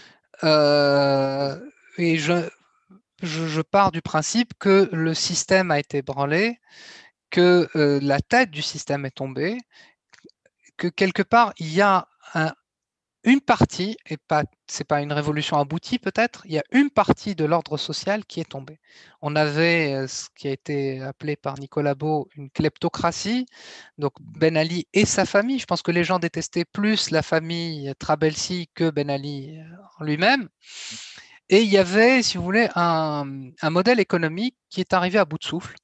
Euh, et je, je, je pars du principe que le système a été branlé, que euh, la tête du système est tombée, que quelque part, il y a un, une partie, et pas, c'est pas une révolution aboutie peut-être, il y a une partie de l'ordre social qui est tombée. On avait euh, ce qui a été appelé par Nicolas Beau une kleptocratie, donc Ben Ali et sa famille. Je pense que les gens détestaient plus la famille Trabelsi que Ben Ali en lui-même. Et il y avait, si vous voulez, un, un modèle économique qui est arrivé à bout de souffle.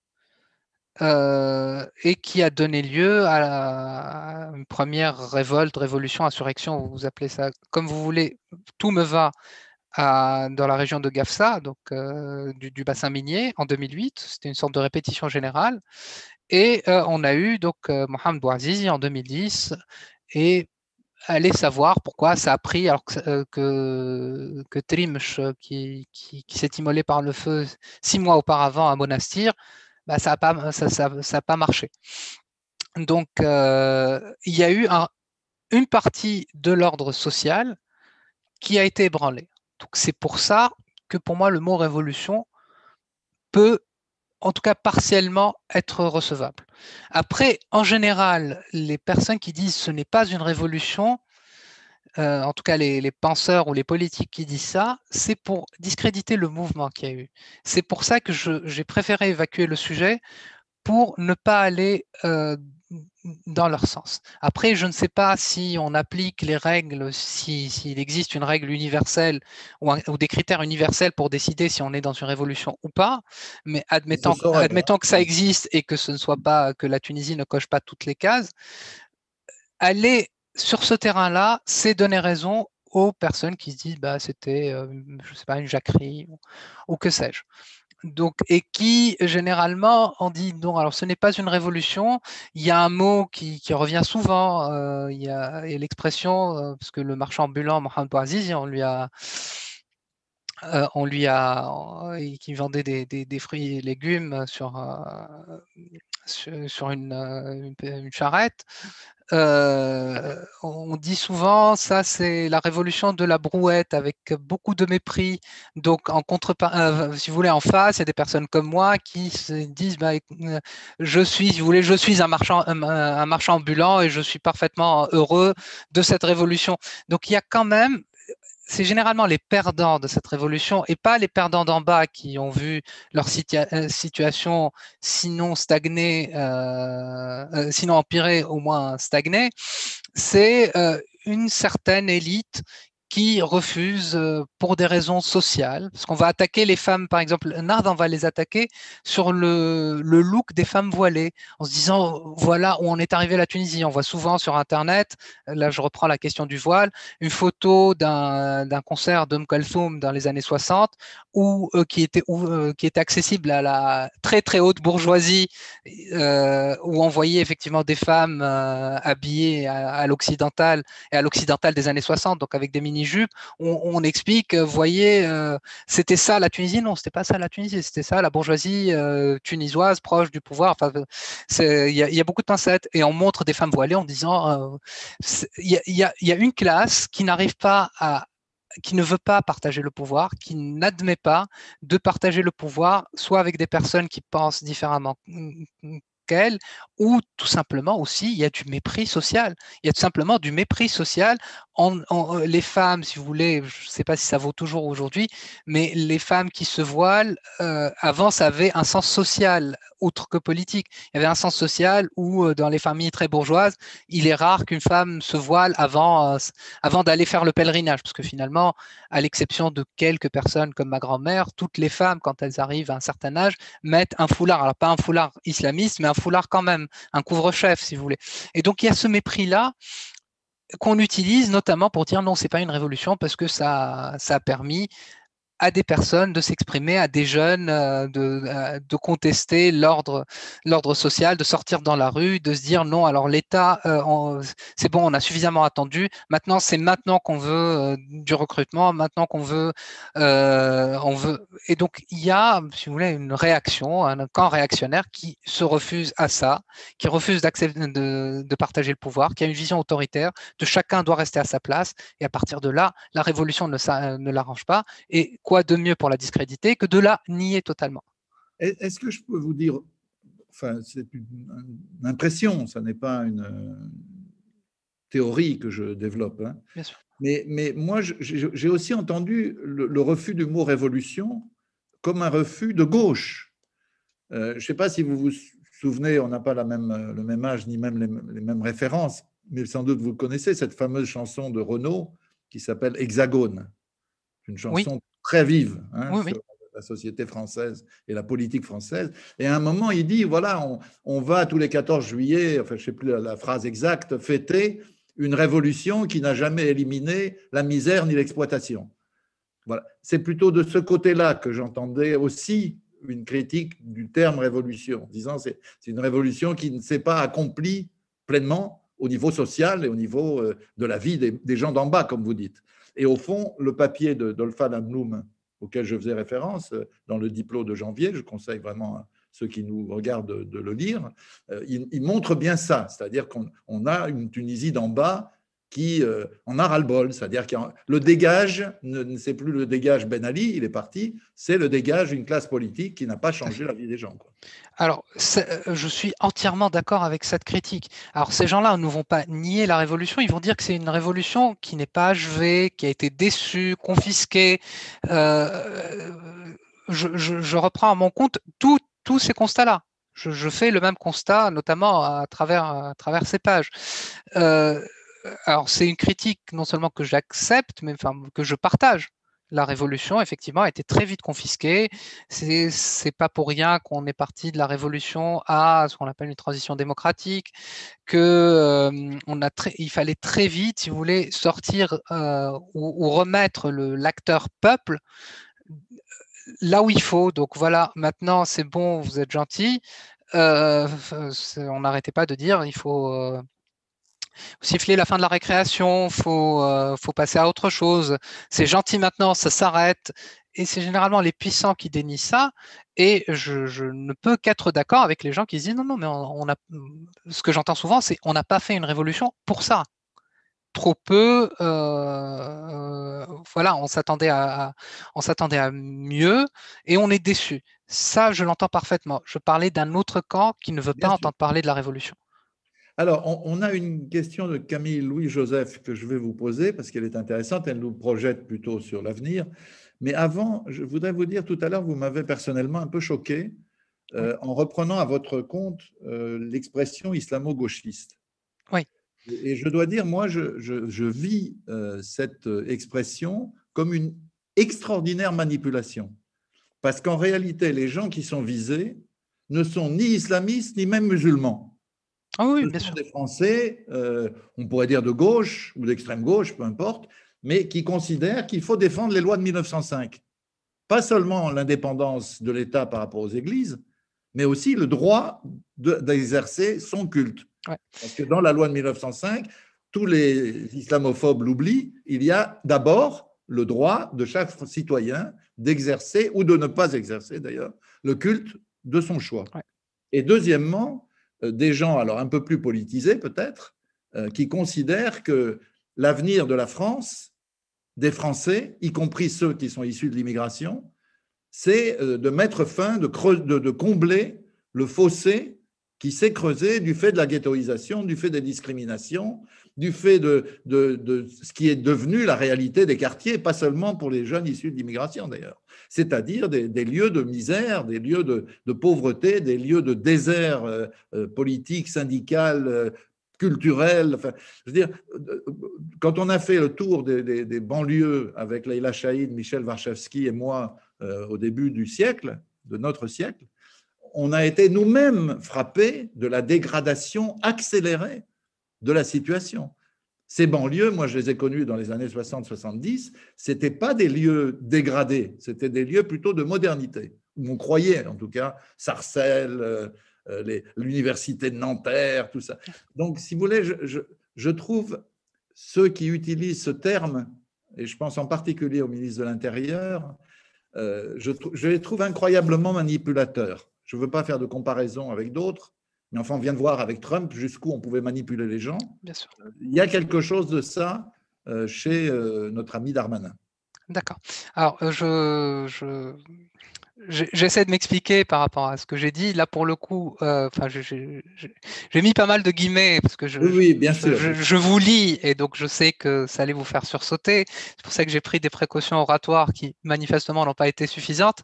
Euh, et qui a donné lieu à, la, à une première révolte, révolution, insurrection, vous appelez ça comme vous voulez, tout me va, à, dans la région de Gafsa, donc euh, du, du bassin minier, en deux mille huit. C'était une sorte de répétition générale. Et euh, on a eu donc euh, Mohamed Bouazizi en deux mille dix, et allez savoir pourquoi ça a pris, alors que, euh, que, que Trimch, qui, qui, qui s'est immolé par le feu six mois auparavant à Monastir, bah, ça n'a pas, ça, ça, ça a pas marché. Donc, euh, il y a eu un, une partie de l'ordre social qui a été ébranlée. Donc, c'est pour ça que pour moi, le mot révolution peut, en tout cas partiellement, être recevable. Après, en général, les personnes qui disent ce n'est pas une révolution, euh, en tout cas les, les penseurs ou les politiques qui disent ça, c'est pour discréditer le mouvement qu'il y a eu. C'est pour ça que j'ai préféré évacuer le sujet pour ne pas aller euh, dans leur sens. Après, je ne sais pas si on applique les règles, si, s'il existe une règle universelle ou, un, ou des critères universels pour décider si on est dans une révolution ou pas, mais admettons, saurait, admettons hein. que ça existe et que ce ne soit pas, que la Tunisie ne coche pas toutes les cases, aller sur ce terrain-là, c'est donner raison aux personnes qui se disent bah, c'était, euh, je sais pas, une jacquerie ou, ou que sais-je. Donc, et qui généralement on dit non, alors ce n'est pas une révolution. Il y a un mot qui, qui revient souvent, euh, il y a, l'expression, euh, parce que le marchand ambulant Mohamed Bouazizi, on lui a, euh, on lui a, euh, qui vendait des, des, des fruits et légumes sur, euh, sur, sur une, une, une charrette. Euh, on dit souvent, ça c'est la révolution de la brouette avec beaucoup de mépris. Donc en contrepart, euh, si vous voulez, en face, il y a des personnes comme moi qui se disent, bah, je suis, si vous voulez, je suis un marchand, un, un marchand ambulant et je suis parfaitement heureux de cette révolution. Donc il y a quand même, c'est généralement les perdants de cette révolution et pas les perdants d'en bas qui ont vu leur situa situation sinon stagner, euh, euh, sinon empirer, au moins stagner. C'est euh, une certaine élite qui refuse euh, pour des raisons sociales, parce qu'on va attaquer les femmes, par exemple, Nard, on va les attaquer sur le, le look des femmes voilées, en se disant, voilà où on est arrivé à la Tunisie. On voit souvent sur Internet, là je reprends la question du voile, une photo d'un d'un concert d'Umm Kulthum dans les années soixante, où, euh, qui, était, où, euh, qui était accessible à la très très haute bourgeoisie, euh, où on voyait effectivement des femmes euh, habillées à, à l'occidental et à l'occidental des années soixante, donc avec des mini-jupes. On, on explique, vous voyez, euh, c'était ça la Tunisie. Non, c'était pas ça la Tunisie, c'était ça la bourgeoisie euh, tunisoise proche du pouvoir. Enfin, il y, y a beaucoup de pincettes et on montre des femmes voilées en disant, il euh, y, y, y a une classe qui n'arrive pas à qui ne veut pas partager le pouvoir, qui n'admet pas de partager le pouvoir, soit avec des personnes qui pensent différemment qu'elle, ou tout simplement aussi, il y a du mépris social. Il y a tout simplement du mépris social. En, en, les femmes, si vous voulez, je ne sais pas si ça vaut toujours aujourd'hui, mais les femmes qui se voilent, euh, avant, ça avait un sens social, outre que politique. Il y avait un sens social où, euh, dans les familles très bourgeoises, il est rare qu'une femme se voile avant, euh, avant d'aller faire le pèlerinage, parce que finalement, à l'exception de quelques personnes comme ma grand-mère, toutes les femmes, quand elles arrivent à un certain âge, mettent un foulard. Alors, pas un foulard islamiste, mais un foulard quand même, un couvre-chef, si vous voulez. Et donc, il y a ce mépris-là qu'on utilise notamment pour dire non, c'est pas une révolution parce que ça, ça a permis à des personnes de s'exprimer, à des jeunes euh, de, euh, de contester l'ordre l'ordre social, de sortir dans la rue, de se dire non, alors l'État, euh, c'est bon, on a suffisamment attendu, maintenant c'est maintenant qu'on veut euh, du recrutement, maintenant qu'on veut, euh, on veut. Et donc il y a, si vous voulez, une réaction, un camp réactionnaire qui se refuse à ça, qui refuse d'accepter de, de partager le pouvoir, qui a une vision autoritaire, de chacun doit rester à sa place, et à partir de là, la révolution ne, ne l'arrange pas, et quoi de mieux pour la discréditer que de la nier totalement. Est-ce que je peux vous dire, enfin, c'est une, une impression, ça n'est pas une théorie que je développe, hein. Bien sûr. Mais, mais moi, j'ai aussi entendu le, le refus du mot révolution comme un refus de gauche. Euh, je ne sais pas si vous vous souvenez, on n'a pas la même, le même âge ni même les, les mêmes références, mais sans doute vous connaissez cette fameuse chanson de Renaud qui s'appelle Hexagone. Une chanson oui. très vive, hein, oui, sur oui. la société française et la politique française. Et à un moment, il dit, voilà, on, on va tous les quatorze juillet, enfin, je ne sais plus la, la phrase exacte, fêter une révolution qui n'a jamais éliminé la misère ni l'exploitation. Voilà. C'est plutôt de ce côté-là que j'entendais aussi une critique du terme révolution, disant que c'est une révolution qui ne s'est pas accomplie pleinement au niveau social et au niveau de la vie des, des gens d'en bas, comme vous dites. Et au fond, le papier de Dolphan Amloum, auquel je faisais référence dans le diplôme de janvier, je conseille vraiment à ceux qui nous regardent de, de le lire, il, il montre bien ça, c'est-à-dire qu'on a une Tunisie d'en bas qui euh, en a ras-le-bol, c'est-à-dire que le dégage, ne, c'est plus le dégage Ben Ali, il est parti, c'est le dégage d'une classe politique qui n'a pas changé la vie des gens, quoi. Alors, je suis entièrement d'accord avec cette critique. Alors, ces gens-là ne vont pas nier la révolution, ils vont dire que c'est une révolution qui n'est pas achevée, qui a été déçue, confisquée. Euh, je, je, je reprends à mon compte tous ces constats-là. je, je fais le même constat, notamment à travers, à travers ces pages. Euh, alors, c'est une critique non seulement que j'accepte, mais enfin, que je partage. La révolution, effectivement, a été très vite confisquée. C'est, c'est pas pour rien qu'on est parti de la révolution à ce qu'on appelle une transition démocratique, que euh, on a très, il fallait très vite, si vous voulez, sortir euh, ou, ou remettre le, l'acteur peuple là où il faut. Donc voilà, maintenant c'est bon, vous êtes gentil. Euh, on n'arrêtait pas de dire il faut euh, siffler la fin de la récréation, faut, euh, faut passer à autre chose. C'est gentil maintenant, ça s'arrête. Et c'est généralement les puissants qui dénient ça. Et je, je ne peux qu'être d'accord avec les gens qui se disent non, non, mais on, on a. Ce que j'entends souvent, c'est on n'a pas fait une révolution pour ça. Trop peu, euh, voilà, on s'attendait à, on s'attendait à mieux et on est déçu. Ça, je l'entends parfaitement. Je parlais d'un autre camp qui ne veut pas Bien sûr. entendre parler de la révolution. Alors, on, on a une question de Camille Louis-Joseph que je vais vous poser parce qu'elle est intéressante, elle nous projette plutôt sur l'avenir. Mais avant, je voudrais vous dire, tout à l'heure, vous m'avez personnellement un peu choqué Oui, euh, en reprenant à votre compte euh, l'expression islamo-gauchiste. oui, Et je dois dire, moi, je, je, je vis euh, cette expression comme une extraordinaire manipulation. Parce qu'en réalité, les gens qui sont visés ne sont ni islamistes, ni même musulmans. ah oui, Ce bien sont sûr. des Français, euh, on pourrait dire de gauche ou d'extrême gauche, peu importe, mais qui considèrent qu'il faut défendre les lois de mille neuf cent cinq. Pas seulement l'indépendance de l'État par rapport aux églises, mais aussi le droit d'exercer son culte. Ouais. Parce que dans la loi de mille neuf cent cinq, tous les islamophobes l'oublient, il y a d'abord le droit de chaque citoyen d'exercer ou de ne pas exercer d'ailleurs le culte de son choix. Ouais. Et deuxièmement, euh, des gens alors un peu plus politisés peut-être, euh, qui considèrent que l'avenir de la France, des Français, y compris ceux qui sont issus de l'immigration, c'est euh, de mettre fin, de, creuse, de, de combler le fossé qui s'est creusé du fait de la ghettoisation, du fait des discriminations, du fait de, de, de ce qui est devenu la réalité des quartiers, pas seulement pour les jeunes issus de l'immigration d'ailleurs, c'est-à-dire des, des lieux de misère, des lieux de, de pauvreté, des lieux de désert euh, euh, politique, syndical, euh, culturel. Enfin, je veux dire, quand on a fait le tour des, des, des banlieues avec Leïla Chaïd, Michel Warshawski et moi euh, au début du siècle, de notre siècle, on a été nous-mêmes frappés de la dégradation accélérée de la situation. Ces banlieues, moi je les ai connues dans les années soixante soixante-dix, ce n'étaient pas des lieux dégradés, c'était des lieux plutôt de modernité, où on croyait en tout cas, Sarcelles, euh, l'université de Nanterre, tout ça. Donc si vous voulez, je, je, je trouve ceux qui utilisent ce terme, et je pense en particulier au ministre de l'Intérieur, euh, je, je les trouve incroyablement manipulateurs. Je ne veux pas faire de comparaison avec d'autres, mais enfin, on vient de voir avec Trump jusqu'où on pouvait manipuler les gens. Bien sûr. Il y a quelque chose de ça euh, chez euh, notre ami Darmanin. D'accord. Alors, je, je, j'essaie de m'expliquer par rapport à ce que j'ai dit. Là, pour le coup, euh, enfin, j'ai mis pas mal de guillemets parce que je, Oui, oui, bien je, sûr. je, je vous lis et donc je sais que ça allait vous faire sursauter. C'est pour ça que j'ai pris des précautions oratoires qui manifestement n'ont pas été suffisantes.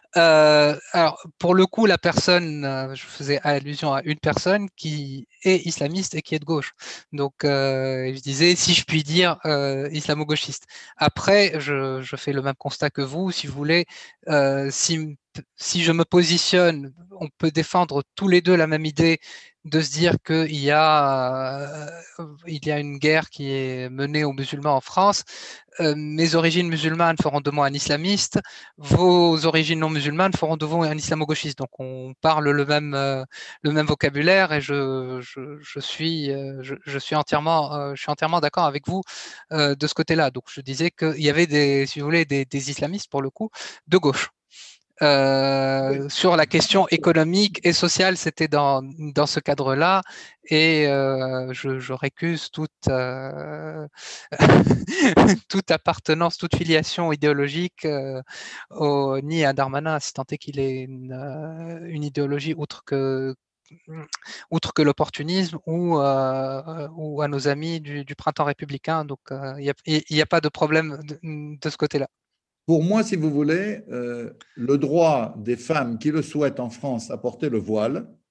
Euh, alors, pour le coup, la personne, euh, je faisais allusion à une personne qui est islamiste et qui est de gauche. Donc, euh, je disais, si je puis dire, euh, islamo-gauchiste. Après, je, je fais le même constat que vous, si vous voulez. Euh, si, si je me positionne, on peut défendre tous les deux la même idée de se dire qu'il y a, euh, il y a une guerre qui est menée aux musulmans en France. Euh, mes origines musulmanes feront de moi un islamiste, vos origines non musulmanes feront de vous un islamo-gauchiste. Donc on parle le même, euh, le même vocabulaire et je, je, je suis, euh, je, je, suis entièrement, euh, je suis entièrement d'accord avec vous euh, de ce côté-là. Donc je disais qu'il y avait des, si vous voulez, des, des islamistes pour le coup de gauche. Euh, Oui. sur la question économique et sociale, c'était dans, dans ce cadre-là, et euh, je, je récuse toute, euh, toute appartenance, toute filiation idéologique, euh, au, ni à Darmanin, si tant est qu'il ait une, euh, une idéologie outre que, outre que l'opportunisme, ou, euh, ou à nos amis du, du printemps républicain. Donc, il euh, n'y a, a, pas de problème de, de ce côté-là. Pour moi, si vous voulez, euh, le droit des femmes qui le souhaitent en France à porter le voile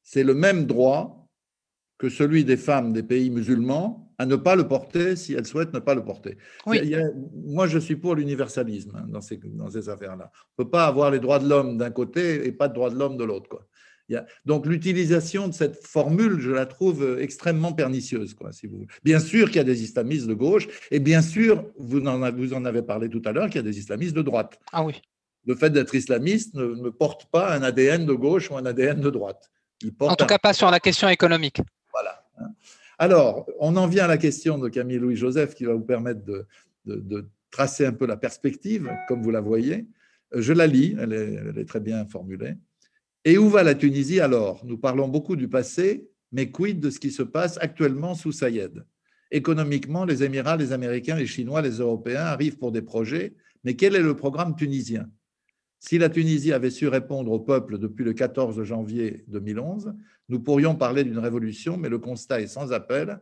c'est le même droit que celui des femmes des pays musulmans à ne pas le porter si elles souhaitent ne pas le porter. Oui. Il y a, moi, je suis pour l'universalisme hein, dans ces, dans ces affaires-là. On ne peut pas avoir les droits de l'homme d'un côté et pas de droits de l'homme de l'autre, quoi. Il y a, donc l'utilisation de cette formule, je la trouve extrêmement pernicieuse, quoi, si vous voulez. Bien sûr qu'il y a des islamistes de gauche, et bien sûr, vous en, avez, vous en avez parlé tout à l'heure, qu'il y a des islamistes de droite. Ah oui. Le fait d'être islamiste ne, ne porte pas un A D N de gauche ou un A D N de droite. Il porte en tout un... cas, pas sur la question économique. Voilà. Alors, on en vient à la question de Camille Louis-Joseph qui va vous permettre de, de, de tracer un peu la perspective, comme vous la voyez. Je la lis, elle est, elle est très bien formulée. Et où va la Tunisie alors? Nous parlons beaucoup du passé, mais quid de ce qui se passe actuellement sous Saïed? Économiquement, les Émirats, les Américains, les Chinois, les Européens arrivent pour des projets, mais quel est le programme tunisien? Si la Tunisie avait su répondre au peuple depuis le quatorze janvier deux mille onze, nous pourrions parler d'une révolution, mais le constat est sans appel.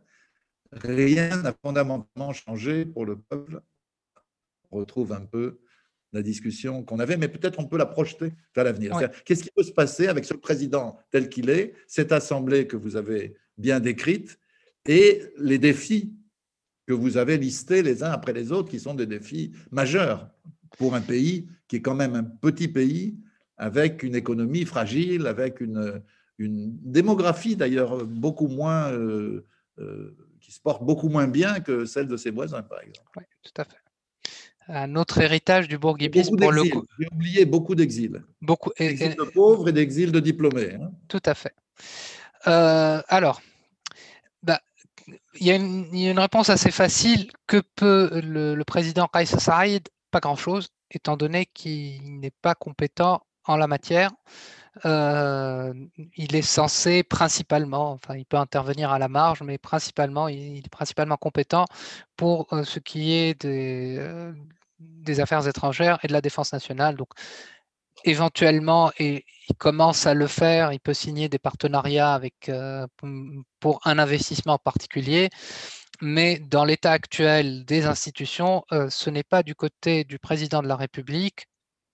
Rien n'a fondamentalement changé pour le peuple. On retrouve un peu la discussion qu'on avait, mais peut-être on peut la projeter vers l'avenir. Oui. Qu'est-ce qui peut se passer avec ce président tel qu'il est, cette assemblée que vous avez bien décrite, et les défis que vous avez listés les uns après les autres, qui sont des défis majeurs pour un pays qui est quand même un petit pays, avec une économie fragile, avec une, une démographie d'ailleurs beaucoup moins, euh, euh, qui se porte beaucoup moins bien que celle de ses voisins, par exemple. Oui, tout à fait. Un autre héritage du bourguibisme pour le coup. J'ai oublié beaucoup d'exil. Beaucoup d'exil de pauvres et d'exil de diplômés. Hein. Tout à fait. Euh, alors, bah, il y, a une, il y a une réponse assez facile. Que peut le, le président Kais Saied? Pas grand-chose, étant donné qu'il n'est pas compétent en la matière. Euh, il est censé principalement, enfin il peut intervenir à la marge, mais principalement, il est principalement compétent pour euh, ce qui est des, euh, des affaires étrangères et de la défense nationale. Donc éventuellement, et il commence à le faire, il peut signer des partenariats avec, euh, pour un investissement particulier, mais dans l'état actuel des institutions, euh, ce n'est pas du côté du président de la République,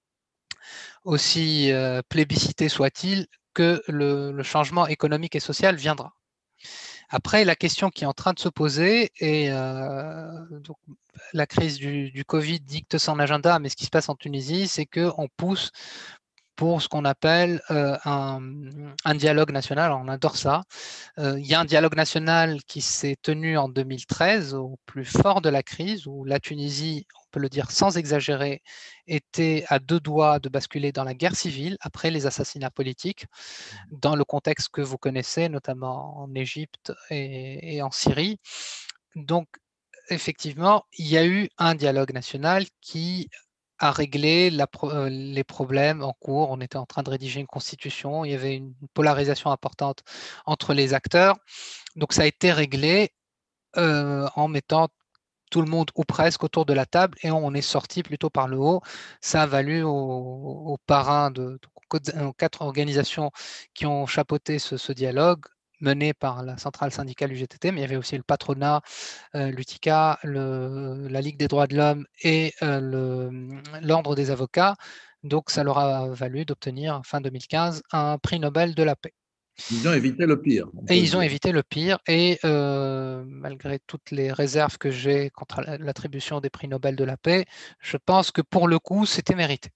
aussi euh, plébiscité soit-il, que le, le changement économique et social viendra. Après, la question qui est en train de se poser, et euh, donc, la crise du, du Covid dicte son agenda, mais ce qui se passe en Tunisie, c'est qu'on pousse pour ce qu'on appelle euh, un, un dialogue national. Alors, on adore ça. Euh, il y a un dialogue national qui s'est tenu en deux mille treize, au plus fort de la crise, où la Tunisie, on peut le dire sans exagérer, était à deux doigts de basculer dans la guerre civile après les assassinats politiques, dans le contexte que vous connaissez, notamment en Égypte et, et en Syrie. Donc, effectivement, il y a eu un dialogue national qui a réglé la, les problèmes en cours. On était en train de rédiger une constitution, il y avait une polarisation importante entre les acteurs. Donc ça a été réglé euh, en mettant tout le monde ou presque autour de la table et on est sorti plutôt par le haut. Ça a valu aux, aux parrains de, de, aux quatre organisations qui ont chapeauté ce, ce dialogue, mené par la centrale syndicale U G T T, mais il y avait aussi le patronat, euh, l'U T I C A, le, la Ligue des droits de l'homme et euh, l'Ordre des avocats. Donc, ça leur a valu d'obtenir, fin deux mille quinze, un prix Nobel de la paix. Ils ont évité le pire. Et ils ont évité le pire. Et euh, malgré toutes les réserves que j'ai contre l'attribution des prix Nobel de la paix, je pense que pour le coup, c'était mérité.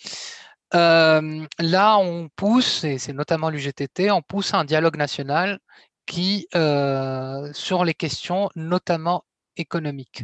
Euh, là, on pousse, et c'est notamment l'U G T T, on pousse un dialogue national qui, euh, sur les questions notamment économiques.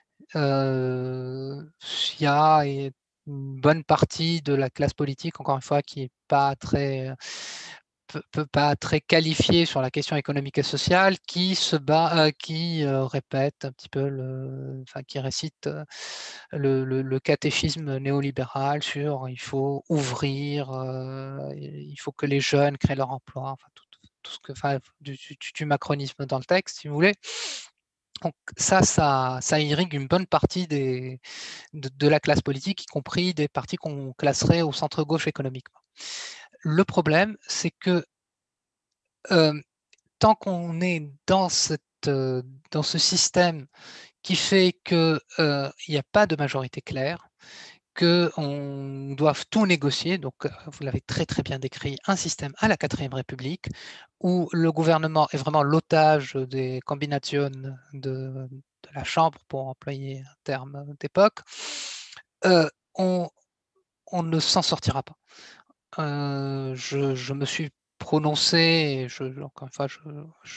Euh, il y a une bonne partie de la classe politique, encore une fois, qui n'est pas très, peu, pas très qualifiée sur la question économique et sociale, qui se bat, euh, qui euh, répète un petit peu, le, enfin, qui récite euh, le, le, le catéchisme néolibéral sur il faut ouvrir, euh, il faut que les jeunes créent leur emploi, enfin, tout, tout ce que, enfin, du, du, du macronisme dans le texte, si vous voulez. Donc ça, ça, ça irrigue une bonne partie des, de, de la classe politique, y compris des partis qu'on classerait au centre-gauche économiquement. Le problème, c'est que euh, tant qu'on est dans, cette, euh, dans ce système qui fait qu'il n'y euh, a pas de majorité claire, qu'on doive tout négocier. Donc, vous l'avez très très bien décrit, un système à la quatrième République où le gouvernement est vraiment l'otage des combinations de, de la Chambre, pour employer un terme d'époque. Euh, on, on ne s'en sortira pas. Euh, je, je me suis prononcé, je, encore une fois, je, je,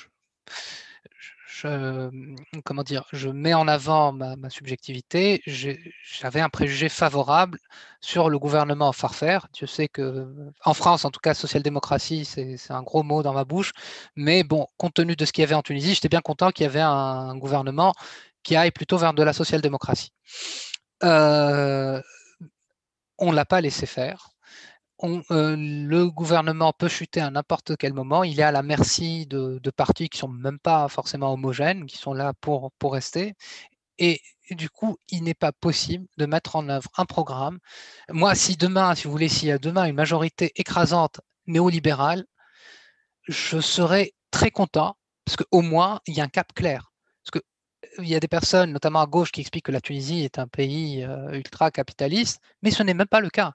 je, comment dire, je mets en avant ma, ma subjectivité. J'avais un préjugé favorable sur le gouvernement Farfère. Dieu sait que, en France, en tout cas, social-démocratie, c'est un gros mot dans ma bouche. Mais bon, compte tenu de ce qu'il y avait en Tunisie, j'étais bien content qu'il y avait un, un gouvernement qui aille plutôt vers de la social-démocratie. Euh, on ne l'a pas laissé faire. On, euh, le gouvernement peut chuter à n'importe quel moment. Il est à la merci de, de partis qui ne sont même pas forcément homogènes, qui sont là pour, pour rester. Et, et du coup, il n'est pas possible de mettre en œuvre un programme. Moi, si demain, si vous voulez, s'il y a demain une majorité écrasante néolibérale, je serai très content parce qu'au moins, il y a un cap clair. Parce que il y a des personnes, notamment à gauche, qui expliquent que la Tunisie est un pays euh, ultra-capitaliste, mais ce n'est même pas le cas.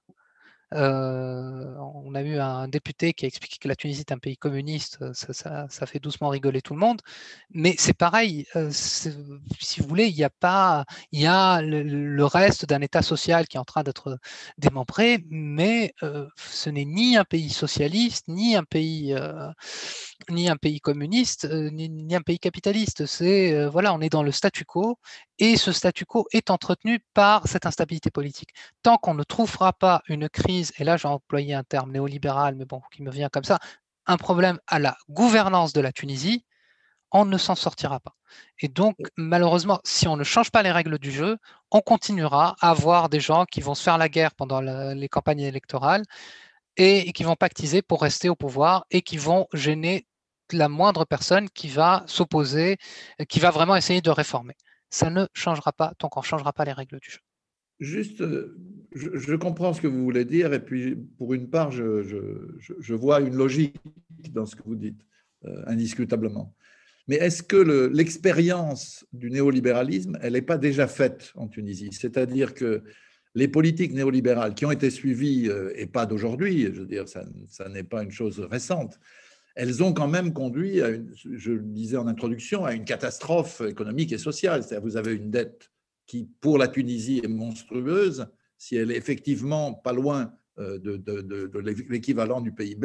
Euh, on a eu un député qui a expliqué que la Tunisie est un pays communiste, ça, ça, ça fait doucement rigoler tout le monde, mais c'est pareil, euh, si vous voulez, il y a pas, il y a le, le reste d'un État social qui est en train d'être démembré, mais euh, ce n'est ni un pays socialiste, ni un pays, euh, ni un pays communiste, euh, ni, ni un pays capitaliste. C'est euh, voilà, on est dans le statu quo, et ce statu quo est entretenu par cette instabilité politique. Tant qu'on ne trouvera pas une crise, et là j'ai employé un terme néolibéral, mais bon, qui me vient comme ça, un problème à la gouvernance de la Tunisie, on ne s'en sortira pas. Et donc, malheureusement, si on ne change pas les règles du jeu, on continuera à avoir des gens qui vont se faire la guerre pendant la, les campagnes électorales et, et qui vont pactiser pour rester au pouvoir et qui vont gêner la moindre personne qui va s'opposer, qui va vraiment essayer de réformer. Ça ne changera pas tant qu'on ne changera pas les règles du jeu. Juste, je, je, comprends ce que vous voulez dire, et puis pour une part, je, je, je vois une logique dans ce que vous dites, euh, indiscutablement. Mais est-ce que l'expérience du néolibéralisme, elle n'est pas déjà faite en Tunisie? C'est-à-dire que les politiques néolibérales qui ont été suivies, euh, et pas d'aujourd'hui, je veux dire, ça, ça n'est pas une chose récente, elles ont quand même conduit, à une, je le disais en introduction, à une catastrophe économique et sociale. C'est-à-dire vous avez une dette qui, pour la Tunisie, est monstrueuse. Si elle est effectivement pas loin de, de, de, de l'équivalent du P I B,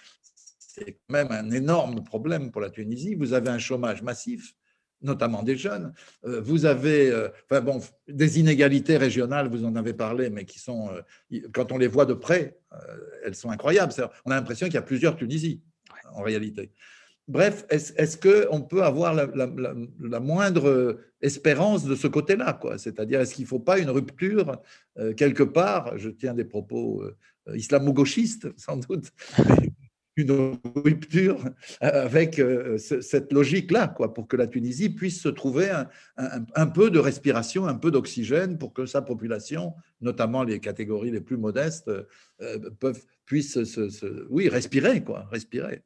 c'est quand même un énorme problème pour la Tunisie. Vous avez un chômage massif, notamment des jeunes. Vous avez enfin bon, des inégalités régionales, vous en avez parlé, mais qui sont, quand on les voit de près, elles sont incroyables. On a l'impression qu'il y a plusieurs Tunisies, en réalité. Bref, est-ce, est-ce qu'on peut avoir la, la, la, la moindre espérance de ce côté-là, quoi? C'est-à-dire, est-ce qu'il ne faut pas une rupture euh, quelque part? Je tiens des propos euh, islamo-gauchistes, sans doute, mais une rupture avec euh, cette logique-là, quoi, pour que la Tunisie puisse se trouver un, un, un peu de respiration, un peu d'oxygène, pour que sa population, notamment les catégories les plus modestes, euh, peuvent, puissent se, se, oui, respirer, quoi, respirer.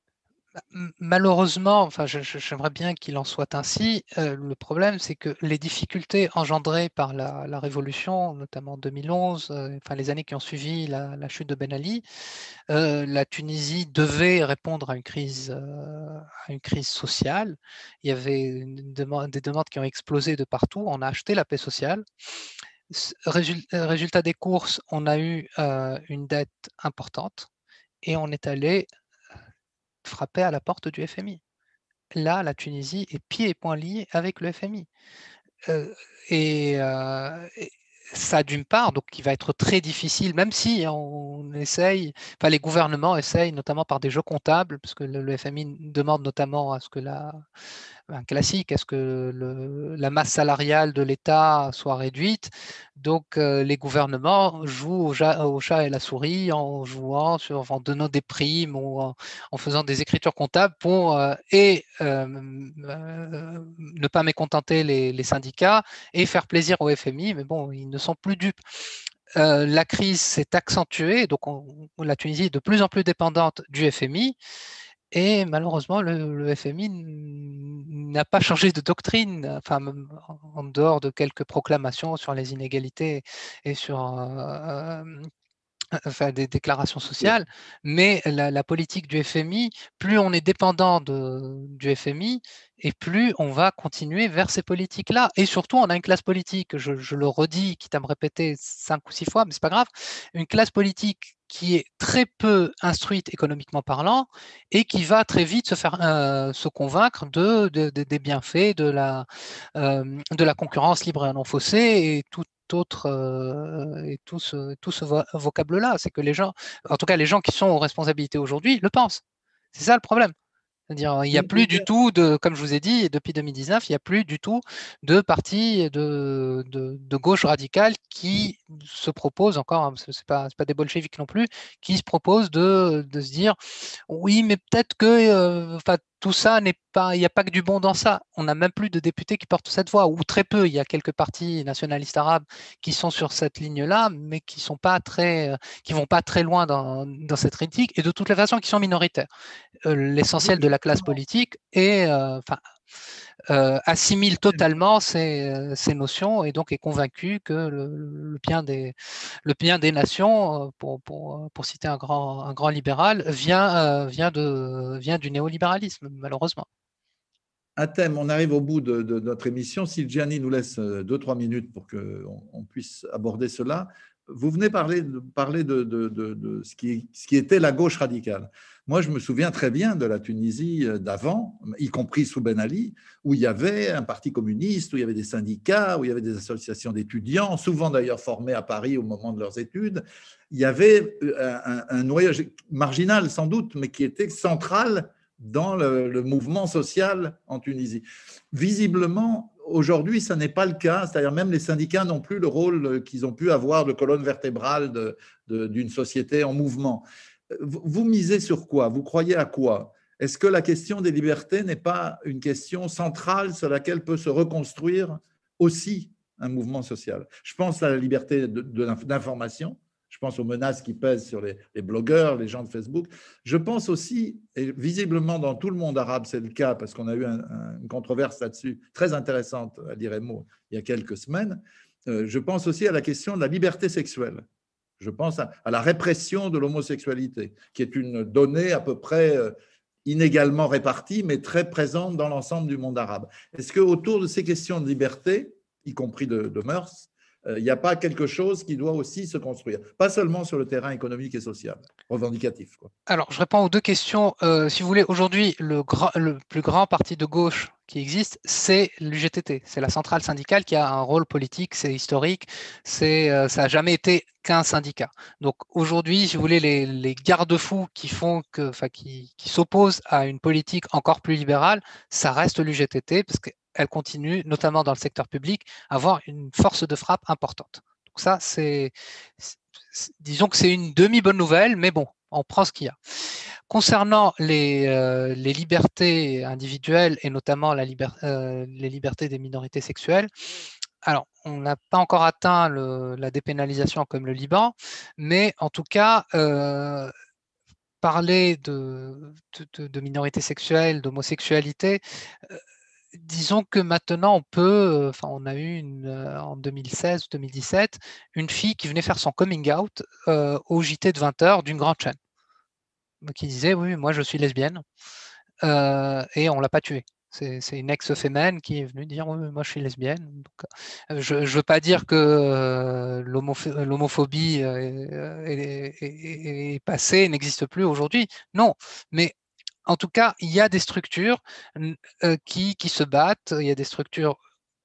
Malheureusement, enfin, j'aimerais bien qu'il en soit ainsi. Euh, le problème, c'est que les difficultés engendrées par la, la révolution, notamment en deux mille onze, euh, enfin les années qui ont suivi la, la chute de Ben Ali, euh, la Tunisie devait répondre à une crise, euh, à une crise sociale. Il y avait une demande, des demandes qui ont explosé de partout. On a acheté la paix sociale. Résultat des courses, on a eu euh, une dette importante et on est allé frapper à la porte du F M I. Là, la Tunisie est pieds et poings liés avec le F M I. Euh, et, euh, et ça, d'une part, donc il va être très difficile, même si on essaye, enfin les gouvernements essayent, notamment par des jeux comptables, parce que le, le F M I demande notamment à ce que la, un classique, à ce que le, la masse salariale de l'État soit réduite. Donc euh, les gouvernements jouent au, au chat et la souris en jouant sur, en donnant des primes ou en, en faisant des écritures comptables pour euh, et euh, euh, ne pas mécontenter les, les syndicats et faire plaisir au F M I, mais bon, ils ne sont plus dupes. Euh, la crise s'est accentuée, donc on, la Tunisie est de plus en plus dépendante du F M I. Et malheureusement, le, le F M I n'a pas changé de doctrine, enfin, en dehors de quelques proclamations sur les inégalités et sur euh, enfin, des déclarations sociales, mais la, la politique du F M I, plus on est dépendant de, du F M I, et plus on va continuer vers ces politiques-là. Et surtout, on a une classe politique, je, je le redis, quitte à me répéter cinq ou six fois, mais c'est pas grave, une classe politique qui est très peu instruite économiquement parlant et qui va très vite se faire euh, se convaincre de, de, de, des bienfaits de la, euh, de la concurrence libre et non faussée et tout autre euh, et tout ce, tout ce vo vocable-là. C'est que les gens, en tout cas les gens qui sont aux responsabilités aujourd'hui, le pensent. C'est ça le problème. C'est-à-dire, il n'y a plus du tout de, comme je vous ai dit, depuis deux mille dix-neuf, il n'y a plus du tout de parti de, de, de gauche radicale qui se propose encore, hein, ce n'est pas, pas des bolcheviks non plus, qui se propose de, de se dire oui, mais peut-être que euh, tout ça n'est pas, il n'y a pas que du bon dans ça. On n'a même plus de députés qui portent cette voix, ou très peu. Il y a quelques partis nationalistes arabes qui sont sur cette ligne-là, mais qui sont pas très, qui vont pas très loin dans, dans cette critique, et de toutes les façons, qui sont minoritaires. Euh, L'essentiel de la classe politique est, euh, enfin, euh, assimile totalement ces, ces notions et donc est convaincu que le, le, bien, des, le bien des nations, pour, pour, pour citer un grand, un grand libéral, vient, euh, vient, de, vient du néolibéralisme, malheureusement. Un thème, on arrive au bout de, de notre émission. Si Gianni nous laisse deux, trois minutes pour qu'on on puisse aborder cela. Vous venez parler de, parler de, de, de, de ce, qui, ce qui était la gauche radicale. Moi, je me souviens très bien de la Tunisie d'avant, y compris sous Ben Ali, où il y avait un parti communiste, où il y avait des syndicats, où il y avait des associations d'étudiants, souvent d'ailleurs formés à Paris au moment de leurs études. Il y avait un, un noyau marginal sans doute, mais qui était central dans le, le mouvement social en Tunisie. Visiblement, aujourd'hui, ça n'est pas le cas. C'est-à-dire même les syndicats n'ont plus le rôle qu'ils ont pu avoir de colonne vertébrale de, de, d'une société en mouvement. Vous, vous misez sur quoi? Vous croyez à quoi? Est-ce que la question des libertés n'est pas une question centrale sur laquelle peut se reconstruire aussi un mouvement social? Je pense à la liberté de, de, d'information. Je pense aux menaces qui pèsent sur les, les blogueurs, les gens de Facebook. Je pense aussi, et visiblement dans tout le monde arabe, c'est le cas, parce qu'on a eu un, un, une controverse là-dessus très intéressante à l'IREMO il y a quelques semaines, euh, je pense aussi à la question de la liberté sexuelle. Je pense à, à la répression de l'homosexualité, qui est une donnée à peu près euh, inégalement répartie, mais très présente dans l'ensemble du monde arabe. Est-ce qu'autour de ces questions de liberté, y compris de, de mœurs, il n'y a pas quelque chose qui doit aussi se construire, pas seulement sur le terrain économique et social, revendicatif, quoi. Alors, je réponds aux deux questions. Euh, si vous voulez, aujourd'hui, le, le plus grand parti de gauche qui existe, c'est l'U G T T. C'est la centrale syndicale qui a un rôle politique, c'est historique, c'est, euh, ça n'a jamais été qu'un syndicat. Donc aujourd'hui, si vous voulez, les, les garde-fous qui font que, enfin, qui, qui s'opposent à une politique encore plus libérale, ça reste l'U G T T, parce qu'elle continue, notamment dans le secteur public, à avoir une force de frappe importante. Donc ça, c'est, disons que c'est une demi-bonne nouvelle, mais bon, on prend ce qu'il y a. Concernant les, euh, les libertés individuelles et notamment la liber euh, les libertés des minorités sexuelles, alors on n'a pas encore atteint le, la dépénalisation comme le Liban, mais en tout cas, euh, parler de, de, de minorités sexuelles, d'homosexualité, euh, disons que maintenant on peut, enfin on a eu une, en deux mille seize ou deux mille dix-sept, une fille qui venait faire son coming out euh, au J T de vingt heures d'une grande chaîne, qui disait oui, moi je suis lesbienne, euh, et on l'a pas tuée. C'est une ex-fémène qui est venue dire oui, moi je suis lesbienne. Donc, je ne veux pas dire que euh, l'homophobie euh, est, est, est, est passée, n'existe plus aujourd'hui. Non, mais en tout cas, il y a des structures euh, qui, qui se battent, il y a des structures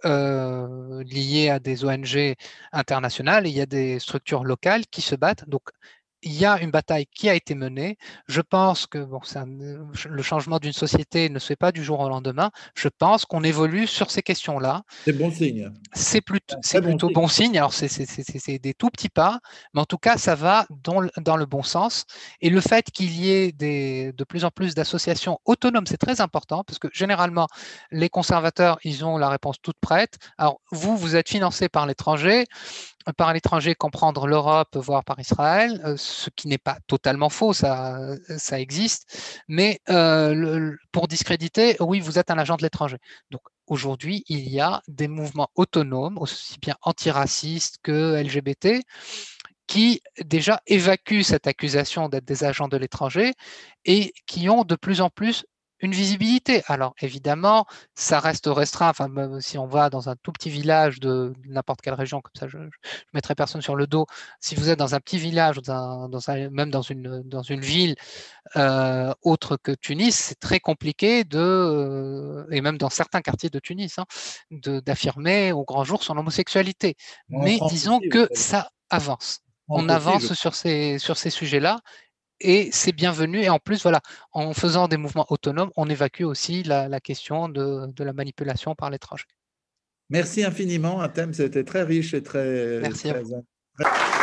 euh, liées à des O N G internationales, et il y a des structures locales qui se battent. Donc, il y a une bataille qui a été menée. Je pense que bon, un, le changement d'une société ne se fait pas du jour au lendemain. Je pense qu'on évolue sur ces questions-là. C'est bon signe. C'est plutôt, c'est plutôt bon, bon signe. Alors, c'est des tout petits pas, mais en tout cas, ça va dans le, dans le bon sens. Et le fait qu'il y ait des, de plus en plus d'associations autonomes, c'est très important, parce que généralement, les conservateurs, ils ont la réponse toute prête. Alors, vous, vous êtes financé par l'étranger. Par l'étranger, comprendre l'Europe, voire par Israël. ce qui n'est pas totalement faux, ça, ça existe, mais euh, le, pour discréditer, oui, vous êtes un agent de l'étranger. Donc aujourd'hui, il y a des mouvements autonomes, aussi bien antiracistes que L G B T, qui déjà évacuent cette accusation d'être des agents de l'étranger et qui ont de plus en plus une visibilité. Alors évidemment, ça reste restreint. Enfin, si on va dans un tout petit village de n'importe quelle région, comme ça, je ne mettrai personne sur le dos. Si vous êtes dans un petit village, dans un, dans un, même dans une, dans une ville euh, autre que Tunis, c'est très compliqué de, euh, et même dans certains quartiers de Tunis, hein, d'affirmer au grand jour son homosexualité. En Mais France disons aussi, que ça avance. On avance je... sur ces, sur ces sujets-là et c'est bienvenu. Et en plus, voilà, en faisant des mouvements autonomes, on évacue aussi la, la question de, de la manipulation par l'étranger. Merci infiniment, un thème, c'était très riche et très, Merci à très, vous. très...